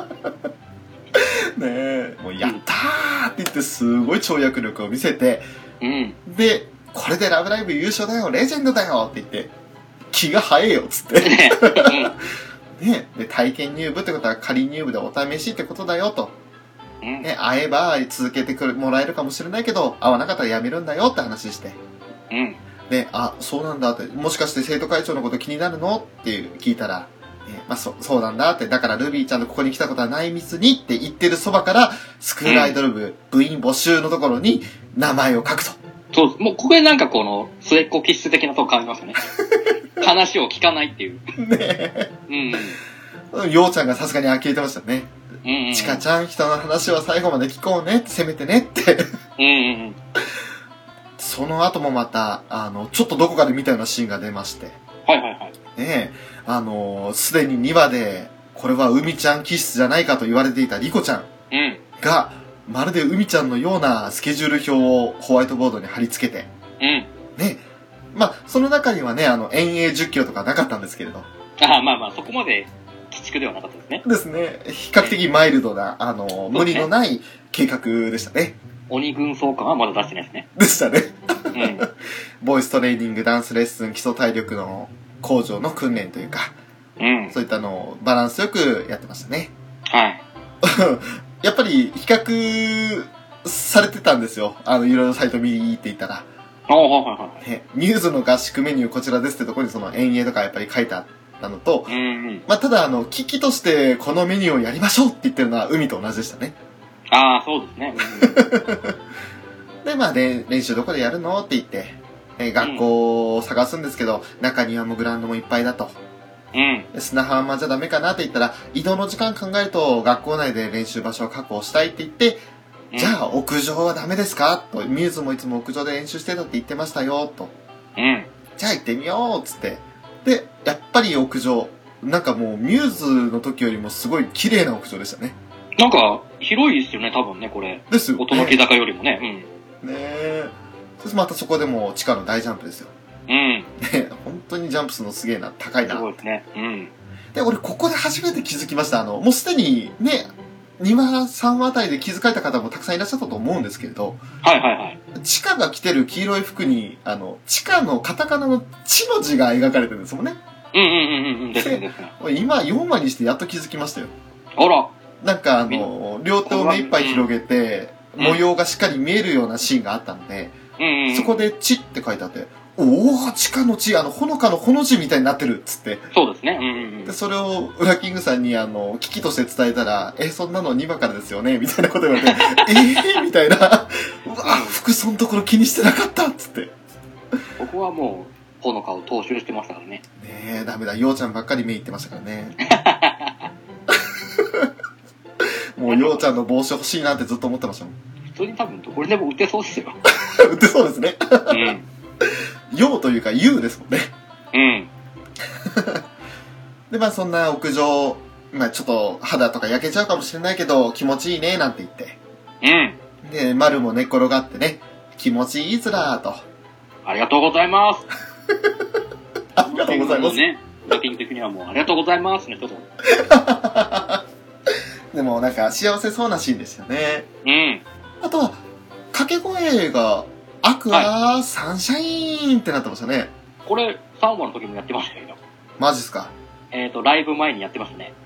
ねえ、もうやったーって言ってすごい跳躍力を見せて、 うん。 で、これでラブライブ優勝だよ、レジェンドだよって言って、気が早えよっつって。 ね。 ね、で、体験入部ってことは仮入部でお試しってことだよと。 うん。 ね、会えば続けてくるもらえるかもしれないけど、会わなかったらやめるんだよって話して。 うん。 で、あ、そうなんだって、もしかして生徒会長のこと気になるのっていう聞いたら、ね、まあ、そ、そうなんだって、だからルビーちゃんとここに来たことはないみつにって言ってるそばから、スクールアイドル部、部員募集のところに名前を書くと。 そうです。もうここでなんかこの末っ子気質的なとこ感じますよね。話を聞かないっていう。 ねえ。 うん。 ようちゃんがさすがに呆れてましたね。 うんうん。 ちかちゃん、人の話は最後まで聞こうね、せめてねって。 うんうんうん。 その後もまた、あの、ちょっとどこかで見たようなシーンが出まして。 はいはいはい。 ねえ、あの、すでににわで、これは海ちゃん気質じゃないかと言われていたリコちゃんうん。 が、まるで海ちゃんのようなスケジュール表をホワイトボードに貼り付けて、 うん。 ね、まあ、その中にはね、あの、遠泳じゅっキロとかなかったんですけれど。 ああ、まあまあ、そこまで鬼畜ではなかったですね。 ですね、比較的マイルドな、あの、無理のない計画でしたね。 鬼軍曹感はまだ出してないですね。 でしたね。 うん。 ボイストレーニング、ダンスレッスン、基礎体力の向上の訓練というか、 うん。 そういったのをバランスよくやってましたね。 はい。 やっぱり比較されてたんですよ。あの、いろいろサイト見ていたら。 ああ、はいはいはね、ニュースの合宿メニューこちらですってところにその遠泳とかやっぱり書いてあったのと、 い。うんうん。 まあ、ただあの、機器としてこのメニューをやりましょうって言ってるのは海と同じでしたね。 ああ、そうですね。 うん、で、まあね、練習どこでやるのって言って、えー学校を探すんですけど、中にはもうグラウンドもいっぱいだと。 うん。 で砂浜じゃダメかなって言ったら、移動の時間考えると学校内で練習場所を確保したいって言って、じゃあ屋上はダメですかと、ミューズもいつも屋上で練習してたって言ってましたよ、と。 うん。 じゃあ行ってみようっつって。で、やっぱり屋上。なんかもうミューズの時よりもすごい綺麗な屋上でしたね。 なんか、広いですよね、多分ね、これ。 ですよね。 音の木坂よりもね。 ねえ。そしてまたそこでも地下の大ジャンプですよ。 うん。うん。 ね、本当にジャンプするのすげえな、高いな。 すごいですね。うん。 で、俺ここで初めて気づきました。あの、もうすでにね、にわ、さんわあたりで気づかれた方もたくさんいらっしゃったと思うんですけれど、 はいはいはい。 地下が着てる黄色い服に、あの、地下のカタカナの地の字が描かれてるんですもんね。 うんうんうんうんうん。ですねですね。 今よんわにしてやっと気づきましたよ。 あら。 なんかあの、両手を目いっぱい広げて、 うん、 模様がしっかり見えるようなシーンがあったので、 うんうんうん、 そこで地って書いてあって、おお、地下の地、あの、ほのかのほの字みたいになってるっつって。 そうですね。うんうんうん、 で、それを、ウラキングさんに、あの、危機として伝えたら、え、そんなのにわからですよねみたいなこと言われて、えーみたいな。うわ、服そのところ気にしてなかったっつって。 僕はもう、ほのかを踏襲してましたからね。 ねえ、ダメだ。ようちゃんばっかり目いってましたからね。もう、ようちゃんの帽子欲しいなってずっと思ってましたもん。 普通に多分、どこでも売ってそうですよ。 売ってそうですね。 うん。 ようというか、ゆうですもんね。 うん。 で、まあそんな屋上、まあちょっと肌とか焼けちゃうかもしれないけど、気持ちいいね、なんて言って。 うん。 で、丸も寝っ転がってね、気持ちいいずらーと。 ありがとうございます。 ありがとうございます。 ね。ラキング的にはもう、ありがとうございますね、ちょっと。 でもなんか幸せそうなシーンですよね。 うん。 あとは、掛け声が、アクア、サンシャインってなってましたね。 これ、さんわの時もやってましたけど。 マジっすか。 えっと、ライブ前にやってましたね。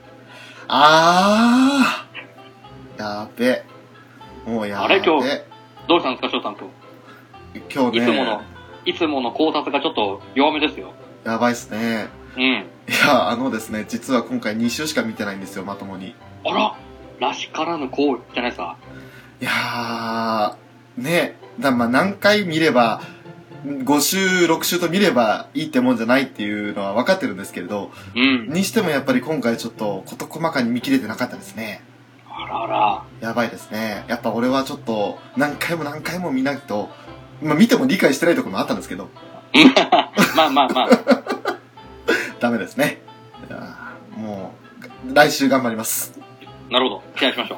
あー。やーべ。もうやーべ。 あれ今日、どうしたんですか、翔さん今日。 今日ね。 いつもの、いつもの考察がちょっと弱めですよ。 やばいっすね。 うん。 いや、あのですね、実は今回に週しか見てないんですよ、まともに。 あら、らしからぬ行為じゃないですか。 いやー、ね、だまあ何回見れば、ご週、ろく週と見ればいいってもんじゃないっていうのは分かってるんですけれど、 うん。 にしてもやっぱり今回ちょっと事細かに見切れてなかったですね。 あらら。 やばいですね。やっぱ俺はちょっと何回も何回も見ないと、まあ見ても理解してないところもあったんですけど。 まあまあまあ。 ダメですね。いやもう、来週頑張ります。 なるほど。期待しましょう。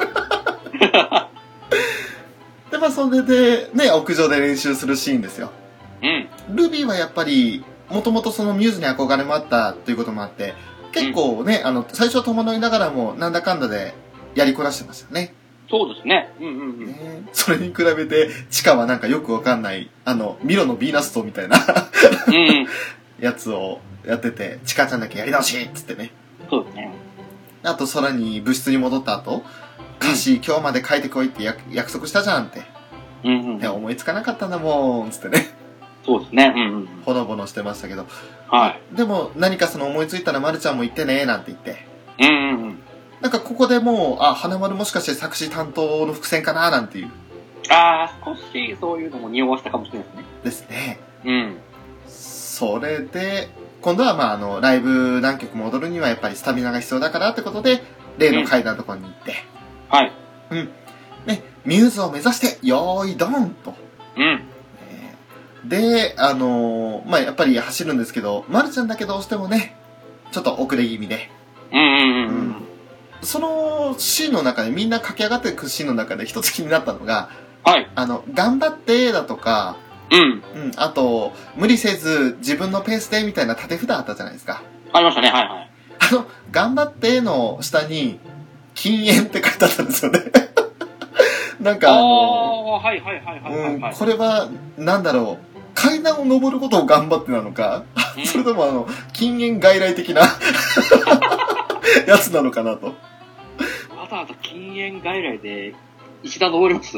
で、まあそれで、ね、屋上で練習するシーンですよ。 うん。 ルビーはやっぱり、もともとそのミューズに憧れもあったということもあって、結構ね、うん、あの、最初は戸惑いながらも、なんだかんだでやりこなしてましたね。 そうですね。うんうんうん。 ね、それに比べて、地下はなんかよくわかんない、あの、ミロのヴィーナストみたいなうん、やつをやってて、地下ちゃんだけやり直しっつってね。 そうですね。 あと空に部室に戻った後、歌詞、うん、今日まで書いてこいって約束したじゃんって。 うんうん。 思いつかなかったんだもん、つってね。 そうですね。うんうん。 ほのぼのしてましたけど。 はい。 でも、何かその思いついたらまるちゃんも言ってね、なんて言って。 うんうんうん。 なんかここでもう、あ、花丸もしかして作詞担当の伏線かな、なんていう。 ああ、少しそういうのも匂わせたかもしれないですね。ですね。 うん。 それで、今度はまああの、ライブ何曲も踊るにはやっぱりスタミナが必要だからってことで、例の階段のところに行って。 うん、はい。 うん。ね、ミューズを目指して、よーい、ドンと。 うん。 で、あのー、まあ、やっぱり走るんですけど、まるちゃんだけどうしてもね、ちょっと遅れ気味で。 うんうんうん。うん、 そのシーンの中で、みんな駆け上がっていくシーンの中で一つ気になったのが、 はい。 あの、頑張ってだとか、 うん。 うん、あと、無理せず自分のペースでみたいな縦札あったじゃないですか。 ありましたね、はいはい。 あの、頑張っての下に、禁煙って書いてあったんですよね。なんかあの、 あはいはいはいはいはい、はい、 うん、これは、なんだろう、階段を登ることを頑張ってなのか、うん、それともあの、禁煙外来的なやつなのかなと。 わざわざ禁煙外来で石段登ります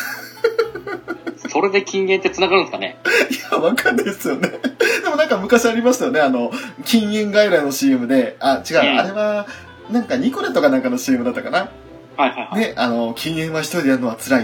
それで禁煙って繋がるんですかね。 いや、わかんないですよね。でもなんか昔ありましたよね、あの、禁煙外来の シーエム で、あ、違う、うん、あれは、なんかニコレとかなんかの シーエム だったかな。 はいはいはい。 ね、あの、禁煙は一人でやるのは辛い。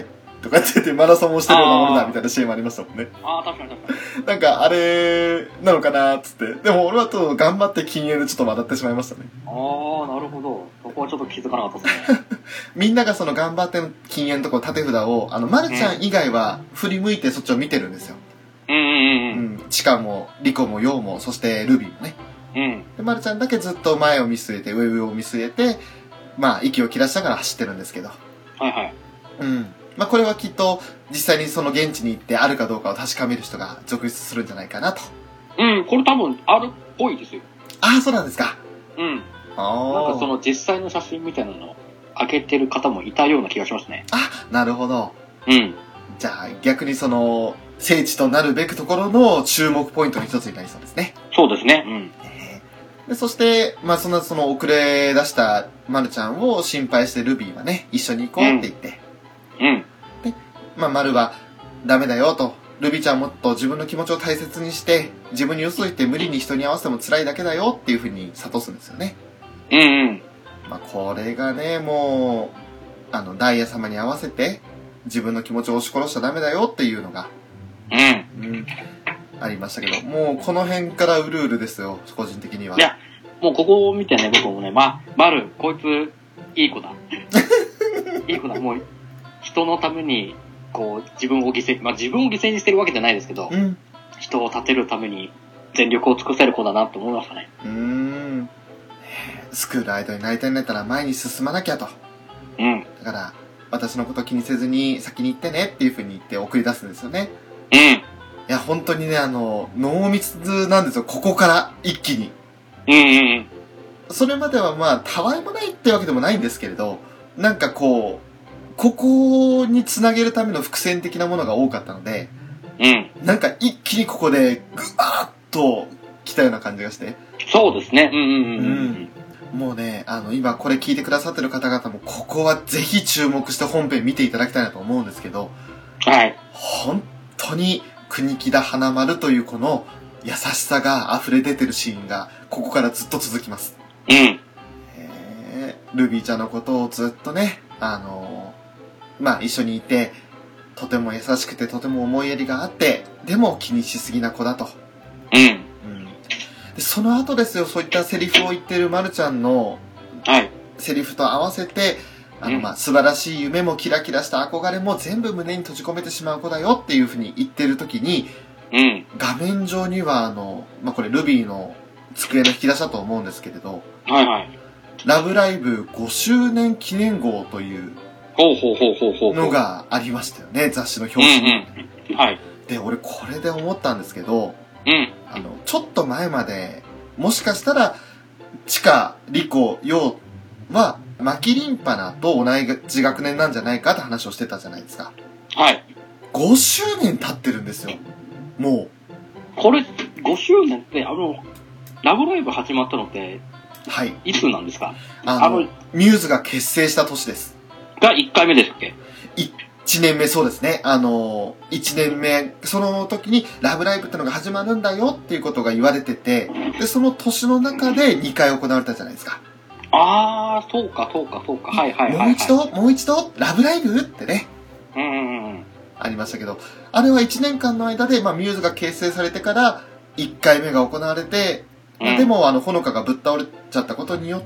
とかって言ってマラソンをしてるようなものだみたいなシーンもありましたもんね。 ああ、確かに確かに。 なんかあれなのかなーっつって。でも俺はと頑張って禁煙でちょっと笑ってしまいましたね。 ああ、なるほど。そこはちょっと気づかなかったですね。 みんながその頑張っての禁煙とこ縦札を、あの、まるちゃん以外は振り向いてそっちを見てるんですよ。 うんうんうん。 うん。チカも、リコも、ヨウも、そしてルビーもね。 うん。 で、まるちゃんだけずっと前を見据えて、上上を見据えて、まあ、息を切らしながら走ってるんですけど。 はいはい。 うん。まあ、これはきっと、実際にその現地に行ってあるかどうかを確かめる人が続出するんじゃないかなと。 うん、これ多分あるっぽいですよ。 ああ、そうなんですか。 うん。 ああ。 なんかその実際の写真みたいなのを開けてる方もいたような気がしますね。 あ、なるほど。 うん。 じゃあ、逆にその、聖地となるべくところの注目ポイントの一つになりそうですね。 そうですね。うん。 で、そして、まあ、その、その遅れ出したまるちゃんを心配してルビーはね、一緒に行こうって言って、 うん。 まあ、まるは、ダメだよと、ルビーちゃんもっと自分の気持ちを大切にして、自分に嘘言って無理に人に合わせても辛いだけだよっていう風に諭すんですよね。 うんうん。 まあ、これがね、もう、あの、ダイヤ様に合わせて、自分の気持ちを押し殺しちゃダメだよっていうのが、 うん。 うん、ありましたけど、もうこの辺からうるうるですよ、個人的には。 いや、もうここを見てね、僕もね、ま、まる、こいつ、いい子だ。いい子だ。もう、人のために、こう、自分を犠牲、まあ、自分を犠牲にしてるわけじゃないですけど、 うん。 人を立てるために全力を尽くせる子だなって思いましたね。 うーん。スクールアイドルになりたいんだったら前に進まなきゃと。 うん。 だから、私のこと気にせずに先に行ってねっていう風に言って送り出すんですよね。 うん。 いや、本当にね、あの、濃密なんですよ、ここから一気に。 うんうんうん。 それまではまあ、たわいもないってわけでもないんですけれど、なんかこう、ここにつなげるための伏線的なものが多かったので、 うん。 なんか一気にここでぐわーっと来たような感じがして。 そうですね。うんうんうんうん。もうね、あの、今これ聞いてくださってる方々も、ここはぜひ注目して本編見ていただきたいなと思うんですけど、 はい。 本当に国木田花丸というこの優しさが溢れ出てるシーンが、ここからずっと続きます。 うん。 えー、ルビーちゃんのことをずっとね、あのー、まあ一緒にいて、とても優しくてとても思いやりがあって、でも気にしすぎな子だと。 うん。 うん。で、その後ですよ、そういったセリフを言ってるまるちゃんのはい。 セリフと合わせて、あの、 うんまあ、素晴らしい夢もキラキラした憧れも全部胸に閉じ込めてしまう子だよっていうふうに言ってる時に、 うん。 画面上にはあの、まあ、これルビーの机の引き出しだと思うんですけれど、 はいはい。 ラブライブごしゅうねん記念号というほうほうほうほうほう。 のがありましたよね、雑誌の表うん紙に。 うん。はい。 で、俺これで思ったんですけど、 うん。 あの、ちょっと前まで、もしかしたら、チカ、リコ、ヨウは、マキリンパナと同じ学年なんじゃないかって話をしてたじゃないですか。 はい。 ごしゅうねん経ってるんですよ。もこれ、ごしゅうねんって、あの、ラブライブ始まったのって、 う。はい。 いつなんですか？ あの、 あのミューズが結成した年です。 がいっかいめですっけ？ いちねんめ、そうですね。あの、いちねんめ、その時にラブライブってのが始まるんだよっていうことが言われてて、で、その年の中でにかい行われたじゃないですか。 あー、そうか、そうか、そうか。はいはいはい、はい。 もう一度、もう一度、ラブライブってね、 うんうんうん。 ありましたけど、あれはいちねんかんの間で、まあ、ミューズが結成されてからいっかいめが行われて、まあでも、あの、ほのかがぶっ倒れちゃったことによって、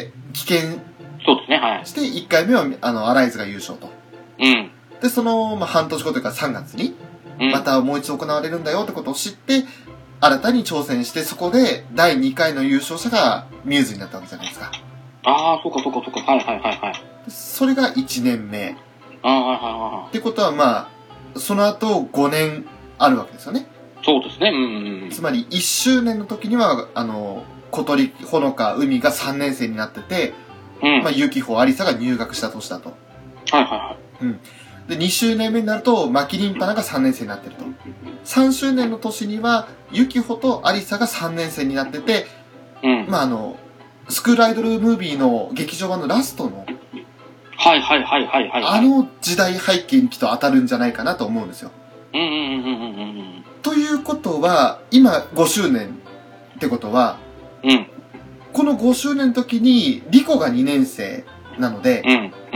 棄権そうですね、はい。 していっかいめは、あの、アライズが優勝と。 うん。 で、その、まあ、半年後というかさんがつに、 うん、 またもう一度行われるんだよってことを知って、新たに挑戦して、そこでだいにかいの優勝者がミューズになったわけじゃないですか。 あー、そうかそうかそうか。はいはいはいはい。 それがいちねんめ。 あー、はいはいはい。 ってことは、まあ、その後ごねんあるわけですよね。 そうですね、うんうんうん。 つまりいっしゅうねんの時には、あの、小鳥、ほのか、海がさんねん生になってて、 うん。 まあ、ゆきほ、ありさが入学した年だと。 はいはいはい。 で、にしゅうねんめになると、マキリンパナがさんねん生になってると。さんしゅうねんの年には、ゆきほとありさがさんねん生になってて、 うん。 まあ、あの、スクールアイドルムービーの劇場版のラストの、 はいはいはいはいはい。 あの時代背景にきっと当たるんじゃないかなと思うんですよ。 うんうんうんうんうんうん。 ということは、今ごしゅうねんってことは、 うん。 このごしゅうねんの時に、リコがにねん生なので、 うん。うん。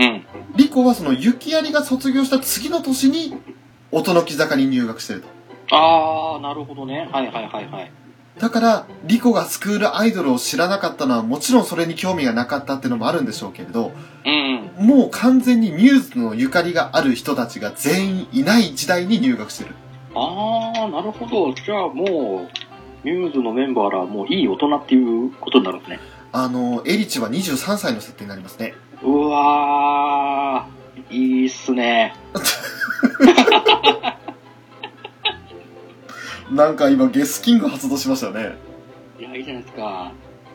リコはその雪槍が卒業した次の年に音の木坂に入学してると。 あー、なるほどね。はいはいはいはい。 だからリコがスクールアイドルを知らなかったのはもちろんそれに興味がなかったっていうのもあるんでしょうけれど、 うんうん。 もう完全にミューズのゆかりがある人たちが全員いない時代に入学してる。 あー、なるほど。じゃあもう、ミューズのメンバーらもういい大人っていうことになるんですね。 あの、エリチはにじゅうさんさいの設定になりますね。 うわー、いいっすね。 なんか今ゲスキング発動しましたよね。 いや、いいじゃないですか。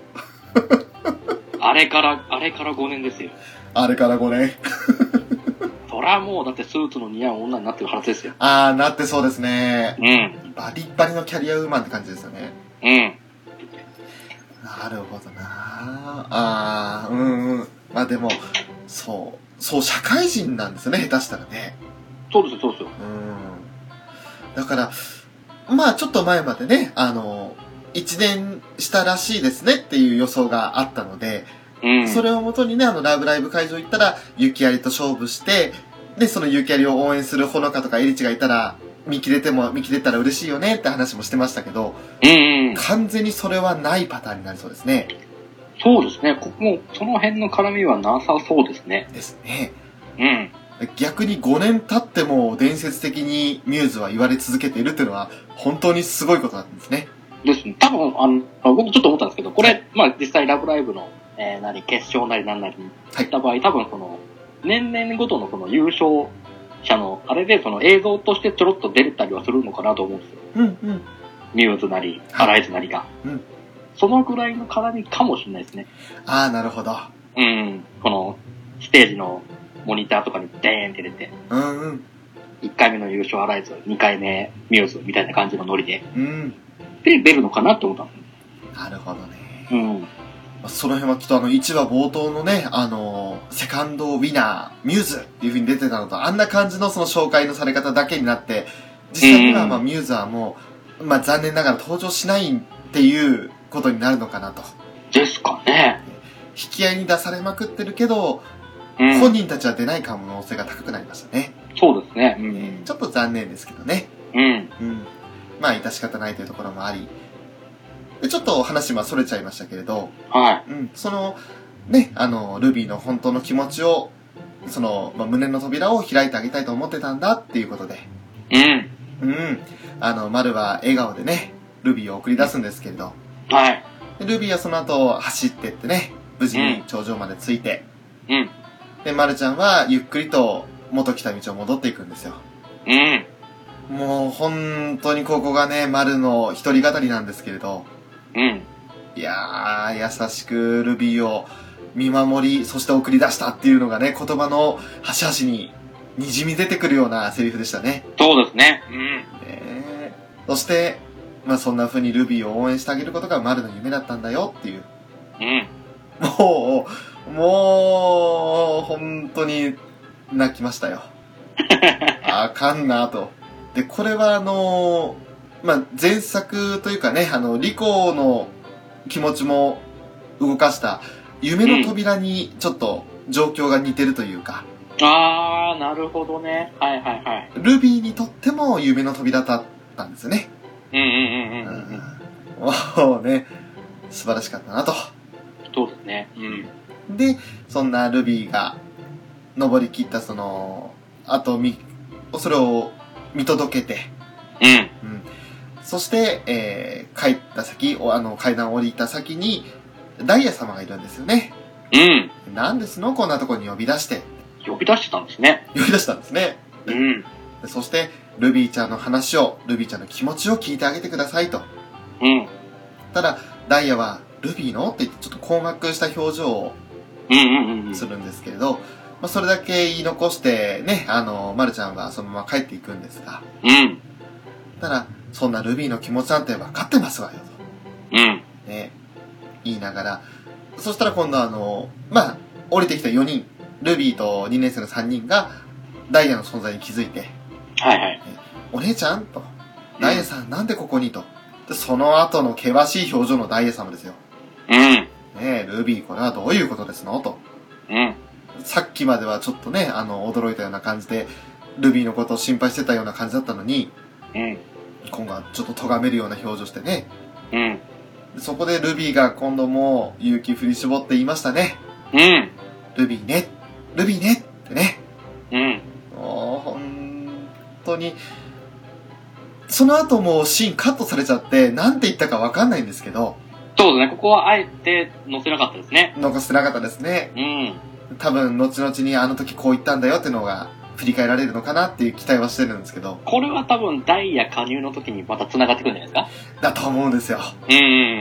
あれから、あれからごねんですよ。 あれからごねん。 そらもう、だってスーツの似合う女になってるはずですよ。 あー、なってそうですね。 うん。 バリッバリのキャリアウーマンって感じですよね。 うん。 なるほどなあー、うんうん。まあでも、そう、そう、社会人なんですよね、下手したらね。 そうですよ、そうですよ。 うん。だから、まあちょっと前までね、あの、一年したらしいですねっていう予想があったので、 うん。 それをもとにね、あの、ラブライブ会場行ったら、雪槍と勝負して、で、その雪槍を応援するほのかとかエリチがいたら、見切れても、見切れたら嬉しいよねって話もしてましたけど、 うんうん。 完全にそれはないパターンになりそうですね。 そうですね。ここも、その辺の絡みはなさそうですね。 ですね。 うん。 逆にごねん経っても伝説的にミューズは言われ続けているっていうのは、本当にすごいことなんですね。 ですね。多分、あの、僕ちょっと思ったんですけど、これ、まあ実際ラブライブの、えー、何、決勝なりなんなりに行った場合、多分その、年々ごとのその優勝者の、あれでその映像としてちょろっと出たりはするのかなと思うんですよ。 うんうん。 ミューズなり、アライズなりが。 うん。 そのぐらいの絡みかもしれないですね。 ああ、なるほど。 うん。この、ステージのモニターとかにデーンって出て、 うんうん。 いっかいめの優勝アライズ、にかいめミューズみたいな感じのノリで、 うん。 で、出るのかなって思ったんでなるほどね。 す。うん。 その辺はきっとあのいちわ冒頭のね、あの、セカンドウィナー、ミューズっていう風に出てたのと、あんな感じのその紹介のされ方だけになって、実際にはまあミューズはもう、まあ残念ながら登場しないっていうことになるのかなと。 ですかね。 引き合いに出されまくってるけど、 うん。 本人たちは出ない可能性が高くなりましたね。 そうですね。うん。 ちょっと残念ですけどね。 うん。 うん。まあ致し方ないというところもあり。で、ちょっと話はそれちゃいましたけれど、 はうん、その、ね、あの、ルビーの本当の気持ちを、その、まあ、胸の扉を開いてあげたいと思ってたんだっていうことで、 い。うん。 うん、あの、マルは笑顔でね、ルビーを送り出すんですけれど、 はい。 でルビーはその後走ってってね、無事に頂上まで着いて、 うん。 で、マルちゃんはゆっくりと元来た道を戻っていくんですよ。 うん。 もう本当にここがね、マルの一人語りなんですけれど、 うん。 いやー、優しくルビーを見守り、そして送り出したっていうのがね、言葉の端々に滲み出てくるようなセリフでしたね。 そうですね。うん。 えー、そして、まあそんな風にルビーを応援してあげることがマルの夢だったんだよっていう。 うん。 もう、もう、本当に泣きましたよ。あかんなと。で、これはあのー、まあ前作というかね、あの、リコの気持ちも動かした夢の扉にちょっと状況が似てるというか、 あー、なるほどね。はいはいはい。 ルビーにとっても夢の扉だったんですよね。 うんうんうんうんうん。 もうね、素晴らしかったなと。 そうですね。うん。 で、そんなルビーが登り切ったその、あとみ、それを見届けて、 うん。 うん。そして、えー、帰った先、おあの、階段を降りた先に、ダイヤ様がいるんですよね。 うん。 なんですのこんなところに呼び出して、 呼び出してたんですね。 呼び出したんですね。 うん。 でそして、ルビーちゃんの話を、ルビーちゃんの気持ちを聞いてあげてくださいと。 うん。 ただ、ダイヤは、ルビーのって言ってちょっと困惑した表情をうんうんうん。 するんですけれど、まあ、それだけ言い残してね、あの、マルちゃんはそのまま帰っていくんですが、 うん。 ただ、そんなルビーの気持ちなんて分かってますわようん。 と。ね、言いながら、そしたら今度あの、まあ、降りてきたよにん、ルビーとにねん生のさんにんが、ダイヤの存在に気づいて、 はいはい。 お姉ちゃんと、ダイヤさんなんでここにと。で、その後の険しい表情のダイヤ様ですよ。 うん。 ねえ、ルビーこれはどういうことですのと。 うん。 さっきまではちょっとね、あの、驚いたような感じで、ルビーのことを心配してたような感じだったのに、 うん。 今後はちょっと咎めるような表情してね。 うん。 そこでルビーが今度も勇気振り絞って言いましたね。 うん。 ルビーね。ルビーねってね。 うん。 もう、本当に、その後もうシーンカットされちゃって、なんて言ったかわかんないんですけど。 そうですね、ここはあえて載せなかったですね。 残してなかったですね。 うん。 多分、後々にあの時こう言ったんだよっていうのが、振り返られるのかなっていう期待はしてるんですけど。 これは多分、ダイヤ加入の時にまた繋がってくるんじゃないですかだと思うんですよ。 うん。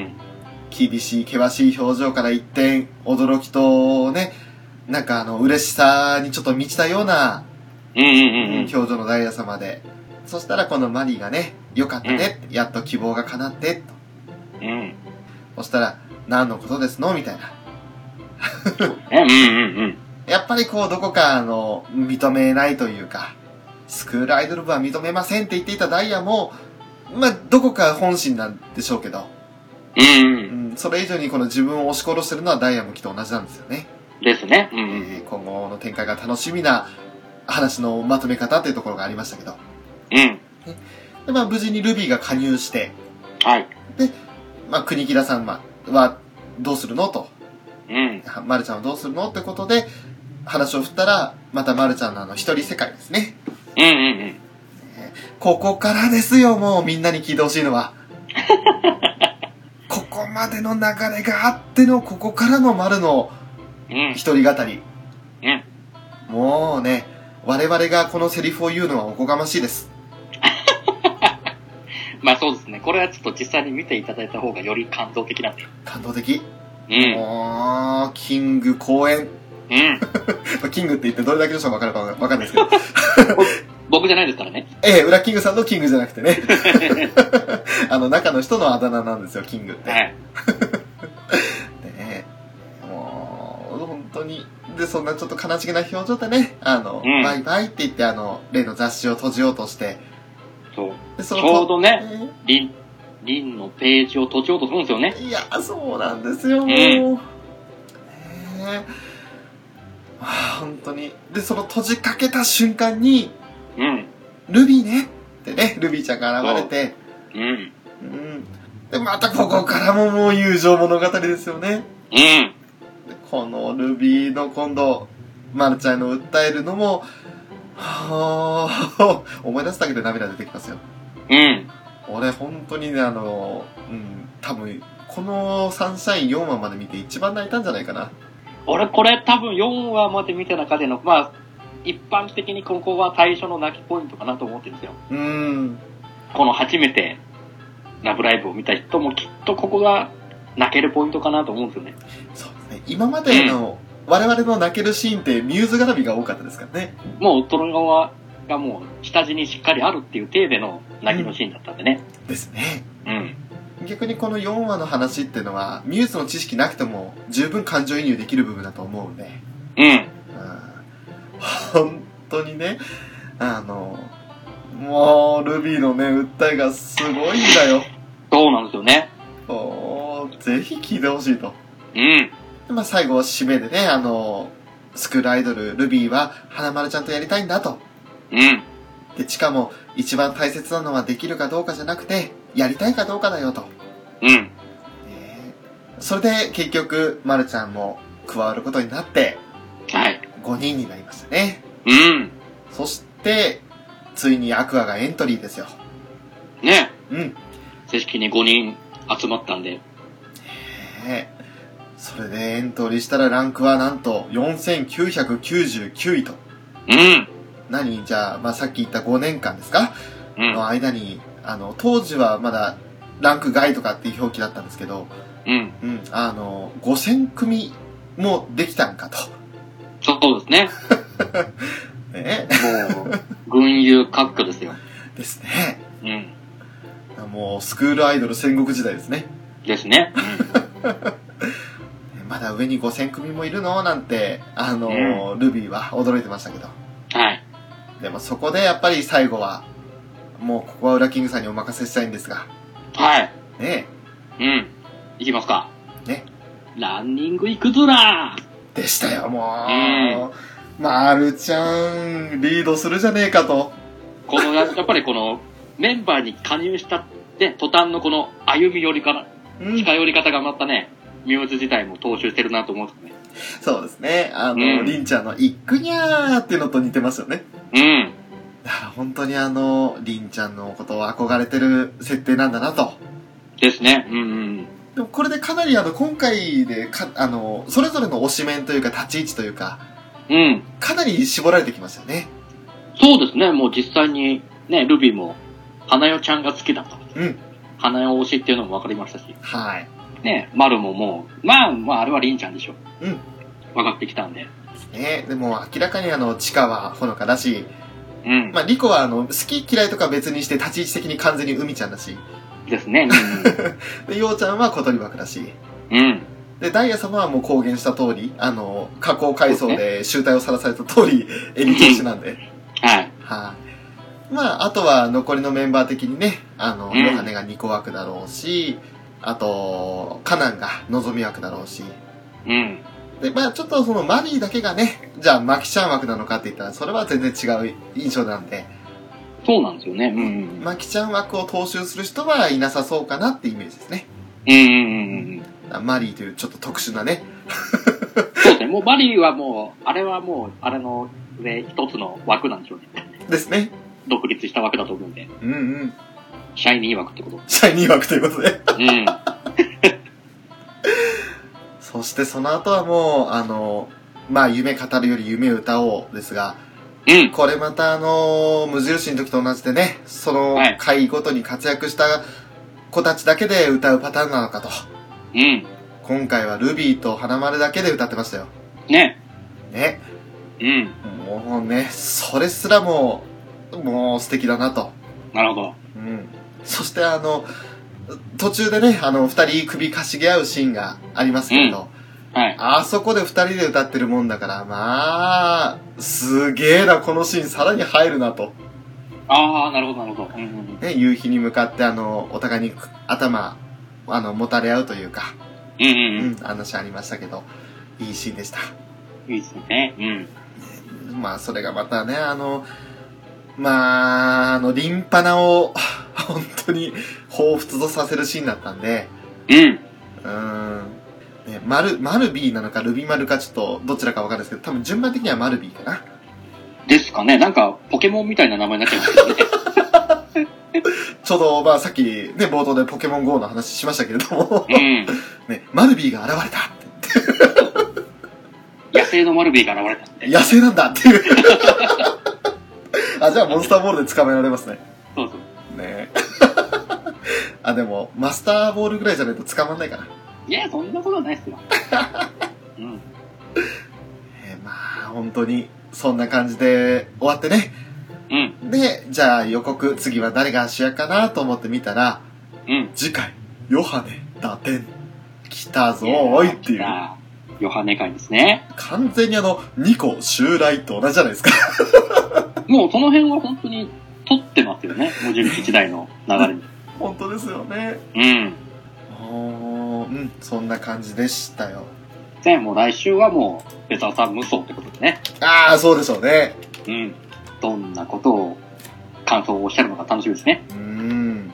厳しい、険しい表情から一転、驚きとね、なんかあの、嬉しさにちょっと満ちたような、 うんうんうんうん。 表情のダイヤ様で。そしたらこのマリーがね、よかったね、うん、やっと希望が叶って、と。 うん。 そしたら、何のことですのみたいな。 うんうんうんうん。 やっぱりこう、どこかあの、認めないというか、スクールアイドル部は認めませんって言っていたダイヤも、まあ、どこか本心なんでしょうけど、 うん、うんうん。それ以上にこの自分を押し殺してるのはダイヤもきっと同じなんですよね。 ですね。うん、うんえー、今後の展開が楽しみな話のまとめ方っていうところがありましたけど。 うん。 で、まあ、無事にルビーが加入して、 はい。 で、まあ、国木田さんはどうするのと。 うん。 まるちゃんはどうするのってことで、話を振ったら、またまるちゃんのあの、一人世界ですね。 うんうんうん。 ここからですよ、もうみんなに聞いてほしいのは。ここまでの流れがあっての、ここからの丸の一人語り。 うん。 もうね、我々がこのセリフを言うのはおこがましいです。 まあそうですね。これはちょっと実際に見ていただいた方がより感動的なんで。 感動的。 うん。 もう、キング公演。 うん。 キングって言ってどれだけの人が分かるか分かんないですけど。 僕じゃないですからね。 ええ、裏キングさんのキングじゃなくてね。あの、中の人のあだ名なんですよ、キングって。はい。ねえ。もう、本当に。で、そんなちょっと悲しげな表情でね、あの、うん、バイバイって言って、あの、例の雑誌を閉じようとして。 そう。でそのちょうどね、えー、リン、リンのページを閉じようとするんですよね。 いや、そうなんですよ、もう。うん、ねえ。はあ、本当に。で、その閉じかけた瞬間に、 うん。 ルビーねってね、ルビーちゃんが現れて、 うん。うん。 で、またここからももう友情物語ですよね。 うん。 このルビーの今度、まるちゃんの訴えるのも、はぁ、思い出すだけで涙出てきますよ。 うん。 俺本当にね、あの、うん、多分、このサンシャインよんわまで見て一番泣いたんじゃないかな。 俺これ多分よんわまで見た中での、まあ、一般的にここは最初の泣きポイントかなと思ってるんですよ。 うん。 この初めてラブライブを見た人もきっとここが泣けるポイントかなと思うんですよね。 そうですね。今までの、うん、我々の泣けるシーンってミューズ絡みが多かったですからね。 もうトロ側がもう下地にしっかりあるっていう体での泣きのシーンだったんでね。 うん、ですね。 うん。 逆にこのよんわの話っていうのはミューズの知識なくても十分感情移入できる部分だと思うんで。 うん。うん、 本当にね、あの、もうルビーのね、訴えがすごいんだよ。 そうなんですよね。 おー、ぜひ聞いてほしいと。 うん。 でまあ最後締めでね、あの、スクールアイドル、ルビーは花丸ちゃんとやりたいんだと。 うん。 で、しかも一番大切なのはできるかどうかじゃなくて、やりたいかどうかだよと。 うん。えー、それで結局、まるちゃんも加わることになって、 はい。 ごにんになりましたね。 うん。 そして、ついにアクアがエントリーですよ。 ね。 うん。 正式にごにん集まったんで。 ねえ。それでエントリーしたらランクはなんとよんせんきゅうひゃくきゅうじゅうきゅういと。 うん。 何じゃあ、まあ、さっき言ったごねんかんですか、うん、の間に、あの、当時はまだランク外とかっていう表記だったんですけど、 うん。 うん。あの、ごせんくみもできたんかと。 そうですね。 ねもう、群雄割拠ですよ。 ですね。 うん。 もう、スクールアイドル戦国時代ですね。 ですね。 まだ上にごせんくみもいるのなんて、あの、うん、ルビーは驚いてましたけど。 はい。 でもそこでやっぱり最後は、もうここはウラキングさんにお任せしたいんですが。 はい。 ねえ。うん。いきますか。 ね。 ランニング行くぞらでしたよ、もう。 うんまるちゃん、リードするじゃねえかと。 この、やっぱりこの、メンバーに加入したね、途端のこの歩み寄りから、 うん近寄り方がまたね、ミューズ自体も踏襲してるなと思うんですね。 そうですね。あの、 うんりんちゃんのいっくにゃーっていうのと似てますよね。 うん。 いや本当にあの、りんちゃんのことを憧れてる設定なんだなと。 ですね。うんうん。 でもこれでかなりあの、今回でか、あの、それぞれの推しメンというか立ち位置というか、 うん。 かなり絞られてきましたよね。 そうですね。もう実際に、ね、ルビーも、花代ちゃんが好きだと。 うん。 花代推しっていうのも分かりましたし。 はい。 ね、丸ももう、まあ、まあ、あれはりんちゃんでしょ。 うん。 分かってきたんで。 ね、でも明らかにあの、チカはほのかだし、 うん。 まあ、リコはあの、好き嫌いとか別にして立ち位置的に完全に海ちゃんだし、 ですね。 で、ようちゃんは小鳥枠だし、 うん。うん。 で、ダイヤ様はもう公言した通り、あの、加工階層で集体をさらされた通り、エリ調子なんで。 はい。 はい。まあ、あとは残りのメンバー的にね、あの、 うんヨハネがニコ枠だろうし、あと、カナンがのぞみ枠だろうし、 うん。 で、まあちょっとそのマリーだけがね、じゃあマキちゃん枠なのかって言ったら、それは全然違う印象なんで、 そうなんですよね。うんうん。 マキちゃん枠を踏襲する人はいなさそうかなってイメージですね。 うんうんうんうん。 マリーというちょっと特殊なね。 そうですね。もうバリーはもう、あれはもう、あれの上一つの枠なんでしょうね。 ですね。 独立した枠だと思うんで。 うんうん。 シャイニー枠ってこと。 シャイニー枠ということで。 うん。 そしてその後はもう、あの、まあ夢語るより夢歌おうですが、 うん。 これまたあの、無印の時と同じでね、その回ごとに活躍した子たちだけで歌うパターンなのかと。 うん。 今回はルビーと花丸だけで歌ってましたよ。 ね。 ね。 うん。 もうね、それすらも、もう素敵だなと。 なるほど。 うん。そしてあの、途中でね、あの、二人首かしげ合うシーンがありますけれど、 はい。 あそこで二人で歌ってるもんだから、まあ、すげえな、このシーンさらに入るなと。 ああ、なるほど、なるほど。うんうんうん。 ね、夕日に向かってあの、お互いに頭、あの、もたれ合うというか、 うんうんううん。 ん、話ありましたけど、いいシーンでした。 いいですね。うん。 まあ、それがまたね、あの、まあ、あの、リンパナを、本当に、彷彿とさせるシーンだったんで、 うん。 うーん。ね、マル、マルビーなのかルビマルかちょっとどちらかわかんないですけど、多分順番的にはマルビーかな。 ですかね。なんか、ポケモンみたいな名前になっちゃいますけどね。 ちょうど、まあさっきね、冒頭でポケモン ゴー の話しましたけれども、 うん。 ね、マルビーが現れたって野生のマルビーが現れたんで。 野生なんだっていう。あ、じゃあモンスターボールで捕まえられますね。 そうそう。 ねあ、でも、マスターボールぐらいじゃないと捕まんないかな。 いや、そんなことはないですよ。うん。 えーまあ、本当に、そんな感じで終わってね。 うん。 で、じゃあ予告、次は誰が主役かなと思って見たら、 うん。 次回、ヨハネ、打点、来たぞーいっていう。 ヨハネ会ですね。 完全にあの、ニコ襲来と同じじゃないですか。 もうその辺は本当に撮ってますよね。無印時代の流れに。 本当ですよね。 うん。 おー、うん、そんな感じでしたよ。 で、もう来週はもう、ベターさん無双ってことでね。 ああ、そうでしょうね。 うん。どんなことを、感想をおっしゃるのか楽しみですね。 うーん。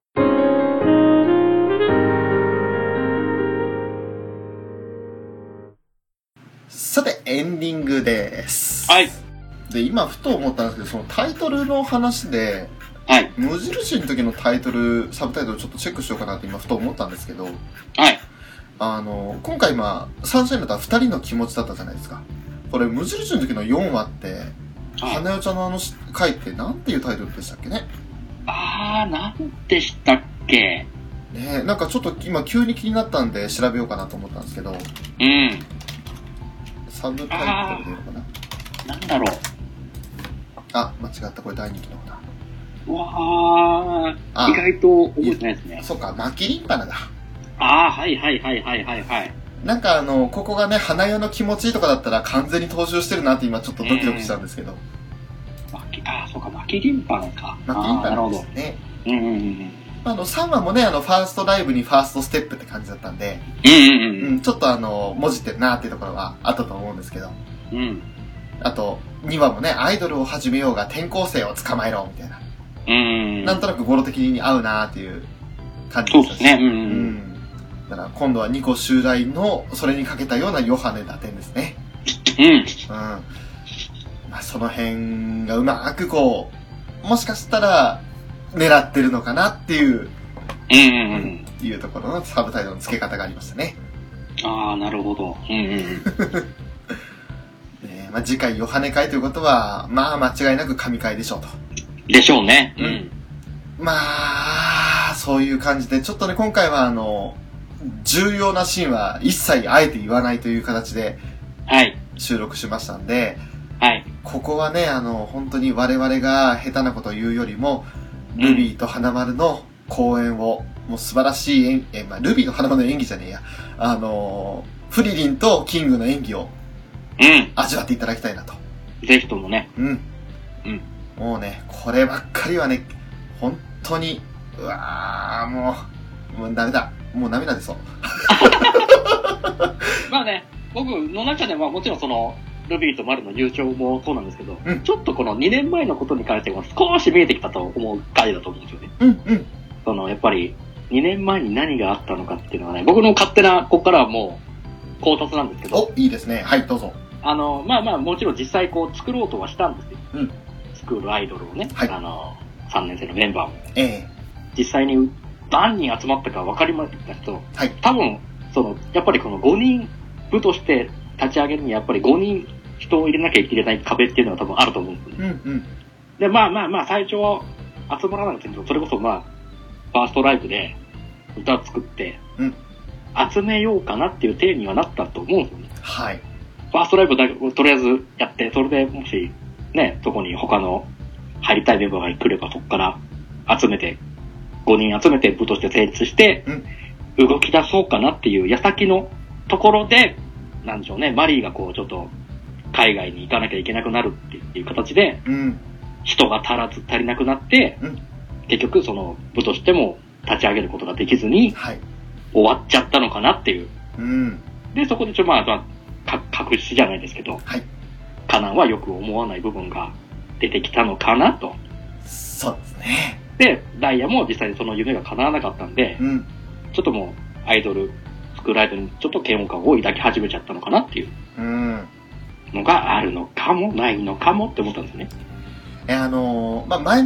さて、エンディングです。 はい。 で、今、ふと思ったんですけど、そのタイトルの話で、 はい。 無印の時のタイトル、サブタイトルちょっとチェックしようかなって今、ふと思ったんですけど、 はい。 あの、今回まあ、サンシャインだったらふたりの気持ちだったじゃないですか。これ、無印の時のよんわって、花代ちゃんのあの回ってなんていうタイトルでしたっけね。 あー、なんでしたっけ。 ねえ、なんかちょっと今急に気になったんで調べようかなと思ったんですけど、 うん。 サブタイトルでいいのかな。 なんだろう。 あ、間違った、これ大人気のかな。 うわー、 あ意外と覚えてないですね。 そっか、マキリンパナだ。 あー、はいはいはいはいはいはい。 なんかあの、ここがね、花代の気持ちいいとかだったら完全に踏襲してるなって今ちょっとドキドキしたんですけど。 マキ、あー、そうか、マキリンパナか。 マキリンパナあーなるほど。 ですね。 うんうんうん。 あの、さんわもね、あの、ファーストライブにファーストステップって感じだったんで、 うんうんうん、ちょっとあの、文字ってるなっていうところはあったと思うんですけど、 うん。うん。 あと、にわもね、アイドルを始めようが転校生を捕まえろ、みたいな。 うん。 なんとなく語呂的に合うなっていう感じでしたし。 そうですね。うんう。 うんん。だから今度はにこ襲来の、それにかけたようなヨハネ打点ですね。 うん。 うん。まあ、その辺がうまくこう、もしかしたら、狙ってるのかなっていう、 うんうんうん。 いうところのサブタイトルの付け方がありましたね。 ああ、なるほど。うんうん。 えーまあ、次回ヨハネ会ということは、まあ間違いなく神会でしょうと。 でしょうね。 ううんん。 まあ、そういう感じで、ちょっとね、今回はあの、重要なシーンは一切あえて言わないという形ではい。 収録しましたんで、 はい。 ここはね、あの、本当に我々が下手なことを言うよりも、ルビーと花丸の公演を、もう素晴らしい演え、まあ、ルビーと花丸の演技じゃねえや。あのー、フリリンとキングの演技をうん。 味わっていただきたいなと。 ぜひともね。 うん。 うん。 もうね、こればっかりはね、本当に、うわー、もう、もうダメだ。もう涙出そう。 まあね、僕の中ではもちろんその、ルビーとマルの優勝もそうなんですけど、 うんちょっとこのにねんまえのことに関しては少し見えてきたと思う回だと思うんですよね。 うん、うん。 その、やっぱり、にねんまえに何があったのかっていうのはね、僕の勝手な、ここからはもう、考察なんですけど、 お、いいですね。はい、どうぞ。 あの、まあまあ、もちろん実際こう作ろうとはしたんですよ。 うん。 スクールアイドルをね、 はいあの、さんねん生のメンバーも。 ええ実際に何人集まったか分かりましたけど、 はい。 多分、その、やっぱりこのごにん部として立ち上げるにはやっぱりごにん人を入れなきゃいけない壁っていうのは多分あると思うんですよね。 うん、うん。 で、まあまあまあ、最初は集まらなくても、それこそまあ、ファーストライブで歌を作って、 うん集めようかなっていう体にはなったと思うんですよね。 はい。 ファーストライブだけとりあえずやって、それでもし、ね、そこに他の入りたいメンバーが来ればそこから集めて、ごにん集めて部として成立して、動き出そうかなっていう矢先のところで、なんでしょうね、マリーがこうちょっと海外に行かなきゃいけなくなるっていう形で、 うん。 人が足らず足りなくなって、 うん結局その部としても立ち上げることができずにはい。 終わっちゃったのかなっていう。 うん。 で、そこでちょっとまあ、まあ、か隠しじゃないですけど、 はい。 カナンはよく思わない部分が出てきたのかなと。 そうですね。 で、ダイヤも実際にその夢が叶わなかったんで、 うん。 ちょっともうアイドル、スクールアイドルにちょっと嫌悪感を抱き始めちゃったのかなっていううん。 のがあるのかも、ないのかもって思ったんですよね。 え、あのー、まあ、前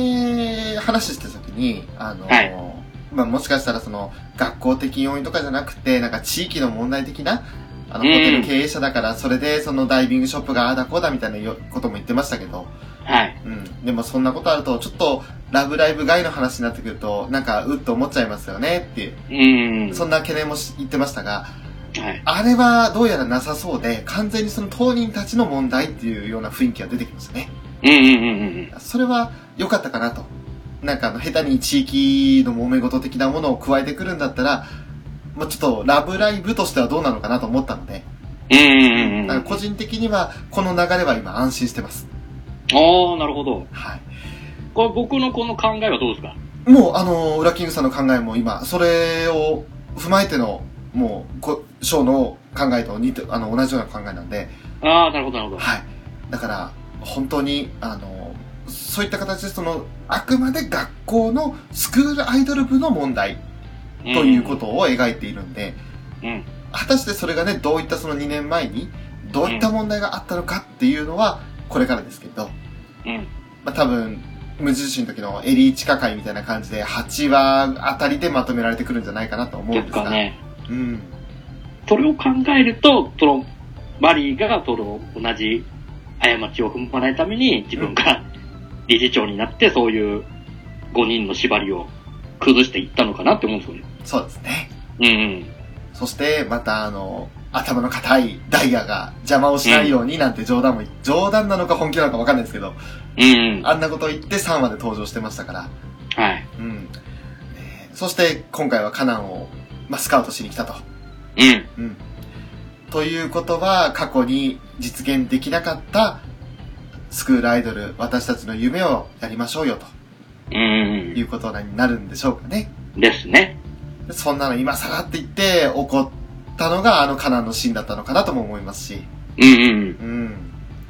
々話した時に、あのーはいまあ、もしかしたらその、学校的要因とかじゃなくて、なんか地域の問題的な、あの、 うんホテル経営者だから、それでそのダイビングショップがああだこうだみたいなよことも言ってましたけど、 はい。 うん。でもそんなことあると、ちょっと、ラブライブ外の話になってくると、なんか、うっと思っちゃいますよねっていう、 うーん。 そんな懸念もし言ってましたが、 はい。 あれはどうやらなさそうで、完全にその当人たちの問題っていうような雰囲気が出てきましたね。 うんうんうんうん。 それは良かったかなと。なんかあの、下手に地域の揉め事的なものを加えてくるんだったら、もうちょっとラブライブとしてはどうなのかなと思ったので、 うんうんうんうん。 だから個人的にはこの流れは今安心してます。 ああ、なるほど。 はい。 これ僕のこの考えはどうですか？ もうあの、ウラキングさんの考えも今、それを踏まえての、もう、こショーの考えと似て、あの、同じような考えなんで、 ああ、なるほどなるほど。 はい。だから、本当に、あの、そういった形でその、あくまで学校のスクールアイドル部の問題ということを描いているんで、 うん。うん。 果たしてそれがね、どういったそのにねんまえに、どういった問題があったのかっていうのは、これからですけど、 うん。 まあ、多分、無印の時のエリー地下会みたいな感じで、はちわあたりでまとめられてくるんじゃないかなと思うんでですすが。 かね。 うん。 それを考えると、その、マリーが、その、同じ過ちを踏まないために、自分が理事長になって、そういうごにんの縛りを崩していったのかなって思うんですよね。 そうですね。 うんうん。 そして、またあの、頭の硬いダイヤが邪魔をしないようになんて冗談も、冗談なのか本気なのかわかんないですけど、 うんうん。 あんなことを言ってさんわで登場してましたから。 はい。 うん。えーそして、今回はカナンを、まあ、スカウトしに来たと。 うん。 うん。ということは、過去に実現できなかったスクールアイドル、私たちの夢をやりましょうよと。 うん。 いうことになるんでしょうかね。 ですね。 そんなの今更って言って起こったのがあのカナンのシーンだったのかなとも思いますし。 うんうん。 うん。ね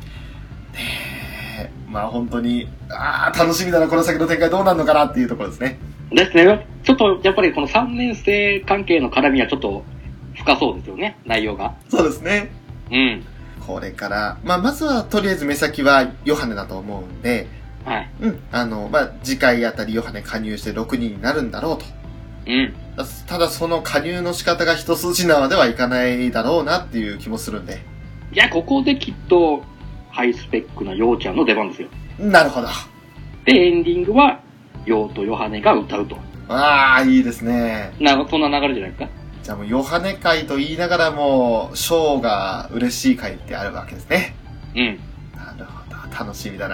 え、まあ本当に、ああ、楽しみだな、この先の展開どうなるのかなっていうところですね。 ですね。ちょっと、やっぱりこのさんねん生関係の絡みはちょっと深そうですよね、内容が。 そうですね。 うん。 これから、まあまずはとりあえず目先はヨハネだと思うんで、 はい。 うん、あの、まあ次回あたりヨハネ加入してろくにんになるんだろうと。 うん。 ただその加入の仕方が一筋縄ではいかないだろうなっていう気もするんで。 いや、ここできっと、ハイスペックなヨウちゃんの出番ですよ。 なるほど。 で、エンディングは、ヨウとヨハネが歌うと。 ああ、いいですね。 な、そんな流れじゃないですか。 じゃあもうヨハネ会と言いながらも、ショーが嬉しい会ってあるわけですね。 うん。 なるほど。楽しみだな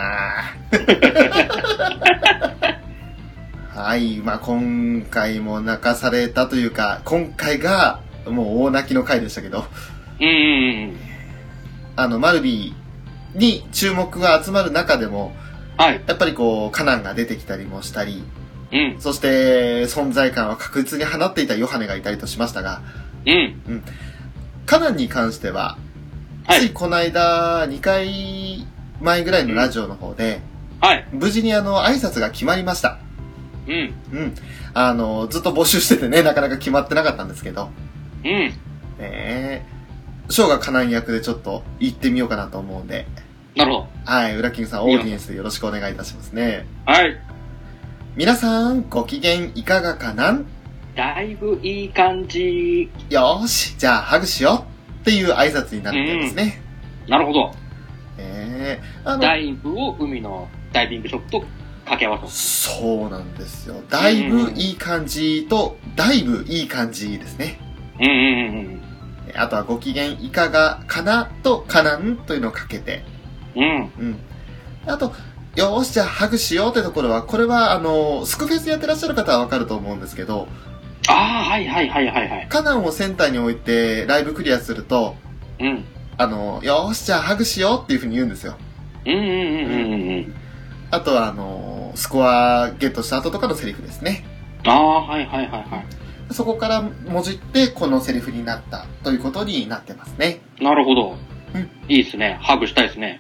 はい。まあ今回も泣かされたというか、今回がもう大泣きの回でしたけど。 うんうんうん。 あの、マルビーに注目が集まる中でも、 はい。 やっぱりこう、カナンが出てきたりもしたり、 うん。 そして存在感は確実に放っていたヨハネがいたりとしましたが、 うん。 うん。カナンに関しては、 はい。 ついこの間、にかいまえぐらいのラジオの方で、 はい。 無事にあの、挨拶が決まりました。 うん。 うん。あの、ずっと募集しててね、なかなか決まってなかったんですけど、 うん。 ねえ、ショーがカナン役でちょっと行ってみようかなと思うんで、 なるほど。 はい、ウラキングさん、オーディエンスでよろしくお願いいたしますね。 はい。 皆さん、ご機嫌いかがかな？ だいぶいい感じ。 よーし、じゃあハグしようっていう挨拶になってですね。 なるほど。 えー、あの、 ダイブを海のダイビングショットと掛け合わせる。 そうなんですよ。だいぶいい感じと、だいぶいい感じですね。 うんうんうんあとはご機嫌いかがかなとかなんというのをかけて。 うん。うん。 うん。あと、よーし、じゃあハグしようってところは、これはあの、スクフェスやってらっしゃる方はわかると思うんですけど、 ああ、はいはいはいはいはい。 カナンをセンターに置いてライブクリアすると、 うん。 あの、よーし、じゃあハグしようっていう風に言うんですよ。 うんうんうんうんうん。 あとはあの、スコアゲットした後とかのセリフですね。 ああ、はいはいはいはい。 そこからもじってこのセリフになったということになってますね。 なるほど。 うん。 いいですね。ハグしたいですね。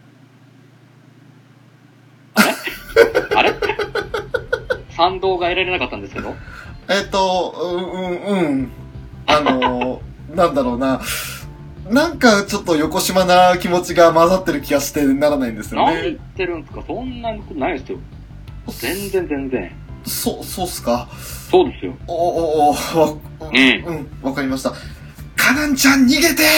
あれあれ賛同が得られなかったんですけど。 えっと、うん、うん、うん。あの、なんだろうな。なんかちょっと横島な気持ちが混ざってる気がしてならないんですよね。 何言ってるんですか？そんなことないですよ。全然全然。 そ、そうっすか。 そうですよ。 おおおわ、 うん。 うん、わかりました。カナンちゃん逃げて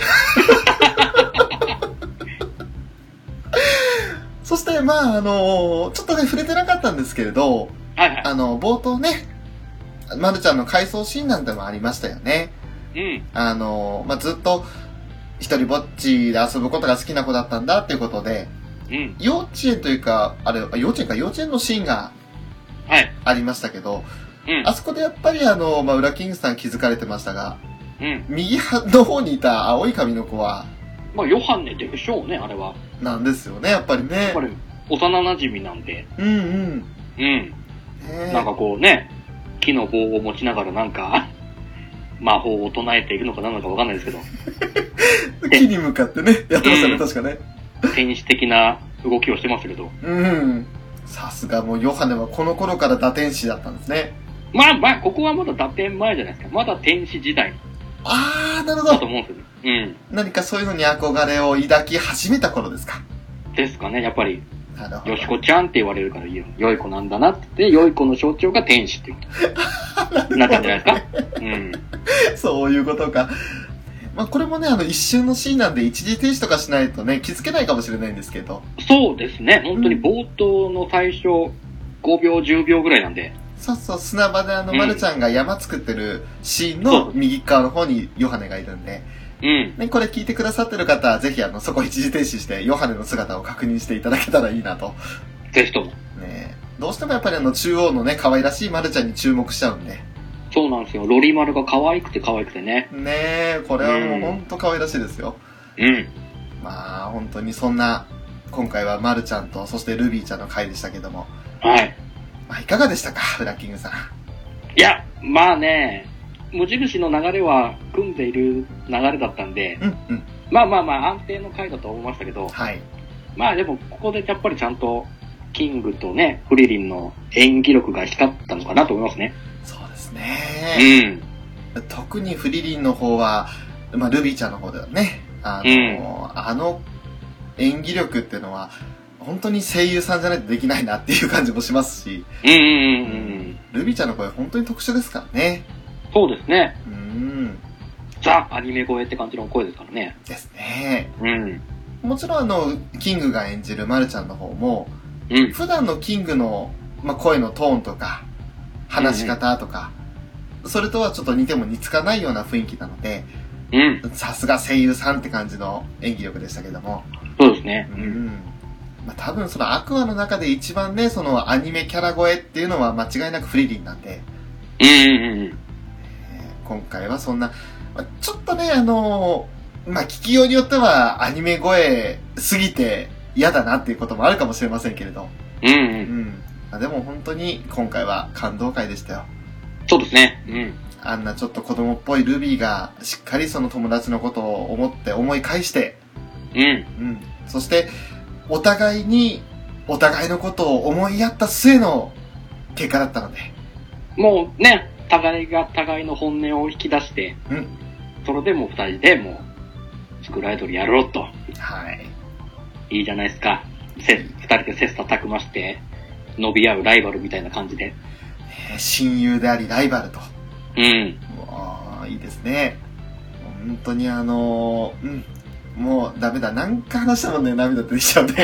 そして、まあ、あの、ちょっとね、触れてなかったんですけれど、 はいはい。 あの、冒頭ね、まるちゃんの回想シーンなんてもありましたよね。 うん。 あの、まあ、ずっと、一人ぼっちで遊ぶことが好きな子だったんだっていうことで、 うん。 幼稚園というか、あれ、幼稚園か、幼稚園のシーンがはい。 ありましたけど、 うん。 あそこでやっぱりあの、まあ、ウラキングさん気づかれてましたが、 うん。 右の方にいた青い髪の子は、 まあ、ヨハネでしょうね、あれは。 なんですよね、やっぱりね。 やっぱり、幼馴染なんで。 うんうん。 うん。 ねなんかこうね、木の棒を持ちながらなんか、魔法を唱えているのか何なのかわかんないですけど。 木に向かってね、やってましたね、 うん確かね。 天使的な動きをしてましたけど。 うん。さすがもうヨハネはこの頃から打天使だったんですね。 まあまあ、ここはまだ打点前じゃないですか。まだ天使時代あー、なるほだとど。 思うんですよね。 何かそういうのに憧れを抱き始めた頃ですか。 うん。ですかね。やっぱり、 なるほど。 よしこちゃんって言われるからいいよ。良い子なんだなって言って、良い子の象徴が天使っていうことになったんじゃないですか。うん。 そういうことか。まあこれもね、あの一瞬のシーンなんで一時停止とかしないとね、気づけないかもしれないんですけど。 そうですね。本当に冒頭の最初ごびょう、じゅうびょうぐらいなんで。 そうそう、砂場であの、 うんまるちゃんが山作ってるシーンのそう右側の方にヨハネがいるんで、 うん。 ね、これ聞いてくださってる方は、ぜひあの、そこ一時停止して、ヨハネの姿を確認していただけたらいいなと。 ぜひとも。 ね、どうしてもやっぱりあの、中央のね、可愛らしいまるちゃんに注目しちゃうんで。 そうなんですよ。ロリマルが可愛くて可愛くてね。 ねえ、これはもうほんと可愛らしいですよ。 うん。 まあ、本当にそんな、今回はまるちゃんと、そしてルビーちゃんの回でしたけども。 はい。 まあ、いかがでしたか、フラッキングさん。 いや、まあね、無印の流れは組んでいる流れだったんで、 うんうん。 まあまあまあ安定の回だと思いましたけど、 はい。 まあでもここでやっぱりちゃんとキングとね、フリリンの演技力が光ったのかなと思いますね。 そうですね。 うん。 特にフリリンの方は、まあルビーちゃんの方ではね、あの、うん、あの演技力っていうのは、本当に声優さんじゃないとできないなっていう感じもしますし、 うんうんうんうん。 ルビーちゃんの声本当に特殊ですからね。 そうですね。 うん。 ザ・アニメ声って感じの声ですからね。 ですね。 うん。 もちろんあの、キングが演じるマルちゃんの方も、うん、普段のキングの、まあ、声のトーンとか、話し方とか、うんうん、それとはちょっと似ても似つかないような雰囲気なので、 うん。 さすが声優さんって感じの演技力でしたけども。 そうですね。 うん。まあ、多分そのアクアの中で一番ね、そのアニメキャラ声っていうのは間違いなくフリリンなんで。 うんうんうん。 えー、今回はそんな、まあ、ちょっとね、あのー、まあ、聞きようによってはアニメ声すぎて嫌だなっていうこともあるかもしれませんけれど。 うんうん。 うん。まあ、でも本当に今回は感動回でしたよ。 そうですね。うん。 あんなちょっと子供っぽいルビーがしっかりその友達のことを思って思い返して、 うん。うん。 そして、お互いに、お互いのことを思いやった末の結果だったので。 もうね、互いが互いの本音を引き出して、 うん。 それでもう二人でもう、スクールアイドルやろうと。 はい。 いいじゃないですか。せ、二人で切磋琢磨して、伸び合うライバルみたいな感じで。 えー、親友でありライバルと。 うん。 もう、いいですね。本当にあのー、うん。もうダメだ。何回話したもんね、涙出てきちゃうんで。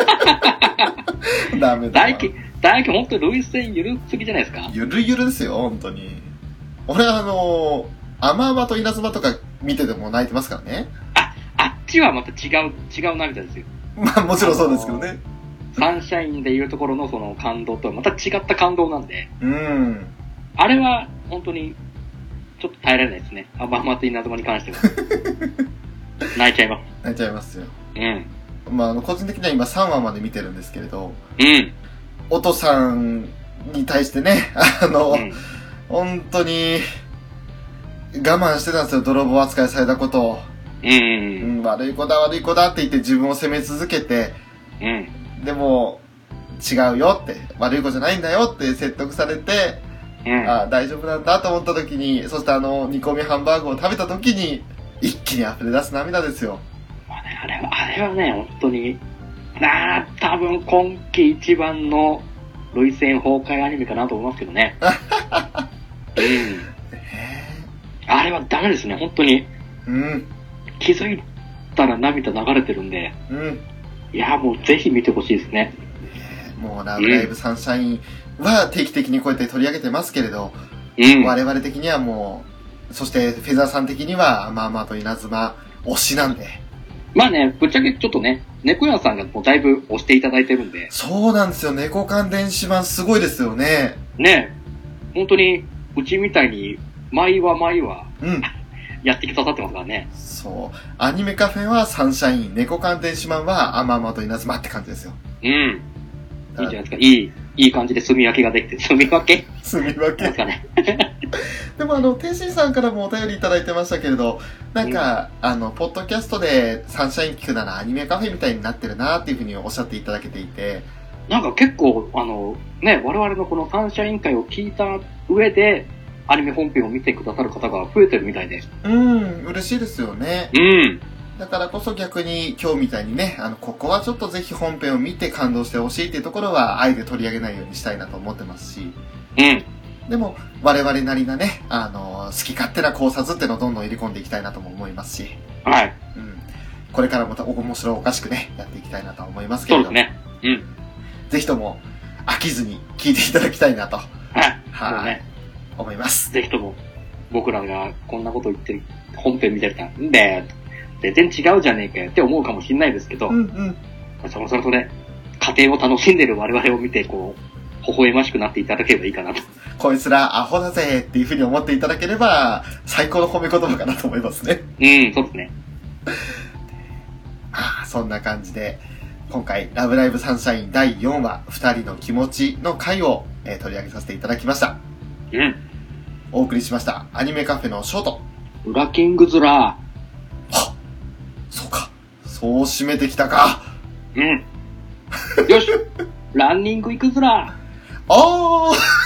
ダメだ。 大輝、大輝本当にルイス戦ゆるすぎじゃないですか。 ゆるゆるですよ、本当に。俺あのー、アマアマと稲妻とか見てても泣いてますからね。 あ、あっちはまた違う、違う涙ですよ。 まあもちろんそうですけどね。 サンシャインでいうところのその感動とはまた違った感動なんで。 うん。 あれは本当にちょっと耐えられないですね。アマアマと稲妻に関しては。泣いちゃいます。 泣いちゃいますよ。 うん。 まあ、あの、個人的には今さんわまで見てるんですけれど、 うん。 お父さんに対してね、あの、うん、本当に、我慢してたんですよ、泥棒扱いされたことを。 うん、うんうん。悪い子だ、悪い子だって言って自分を責め続けて、 うん。 でも、違うよって、悪い子じゃないんだよって説得されて、うん、あ大丈夫なんだと思った時に、そしてあの、煮込みハンバーグを食べた時に、一気に溢れ出す涙ですよ。 まあね、あれは、あれはね、本当に、なあ、多分今季一番の涙腺崩壊アニメかなと思いますけどね。うん。あれはダメですね、本当に。 うん。 気づいたら涙流れてるんで。 うん。 いや、もうぜひ見てほしいですね。 もうラブライブサンシャインは定期的にこうやって取り上げてますけれど、 うん、 我々的にはもう、そしてフェザーさん的にはまあまあと稲妻推しなんで。 まあね、ぶっちゃけちょっとね、猫屋さんがもうだいぶ推していただいてるんで。 そうなんですよ、猫缶電子版すごいですよね。 ねえ、本当にうちみたいに毎話毎話、 うん、 やってきてくださってますからね。 そう。アニメカフェはサンシャイン、猫缶電子版はアママと稲妻って感じですよ。 うん。いいじゃないですか。いい、いい感じで住み分けができて、住み分け住み分けですかね。 でもあの、天心さんからもお便りいただいてましたけれど、なんか、うん、あの、ポッドキャストでサンシャイン聞くならアニメカフェみたいになってるなっていうふうにおっしゃっていただけていて。 なんか結構、あの、ね、我々のこのサンシャイン会を聞いた上で、アニメ本編を見てくださる方が増えてるみたいで。 うん、嬉しいですよね。 うん。 だからこそ逆に今日みたいにね、あの、ここはちょっとぜひ本編を見て感動してほしいっていうところは、あえて取り上げないようにしたいなと思ってますし。 うん。 でも、我々なりなね、あの、好き勝手な考察っていうのをどんどん入れ込んでいきたいなとも思いますし。 はい。 うん。これからも面白おかしくね、やっていきたいなと思いますけれども。 そうですね。うん。 ぜひとも、飽きずに聞いていただきたいなと。 はい。 はい、 ね。 思います。 ぜひとも、僕らがこんなこと言って本編見てたら、んで、全然違うじゃねえかよって思うかもしれないですけど、 うんうん。 そのそれとね、家庭を楽しんでる我々を見て、こう、微笑ましくなっていただければいいかなと。 こいつらアホだぜっていう風に思っていただければ、最高の褒め言葉かなと思いますね。 うん、そうですね。 ああ、そんな感じで、今回、ラブライブサンシャインだいよんわ、二人の気持ちの回を、 えー取り上げさせていただきました。 うん。 お送りしましたアニメカフェのショート。 ウラキングズラあ、そうか。そう締めてきたか。 ー。うん。よしランニング行くズラあー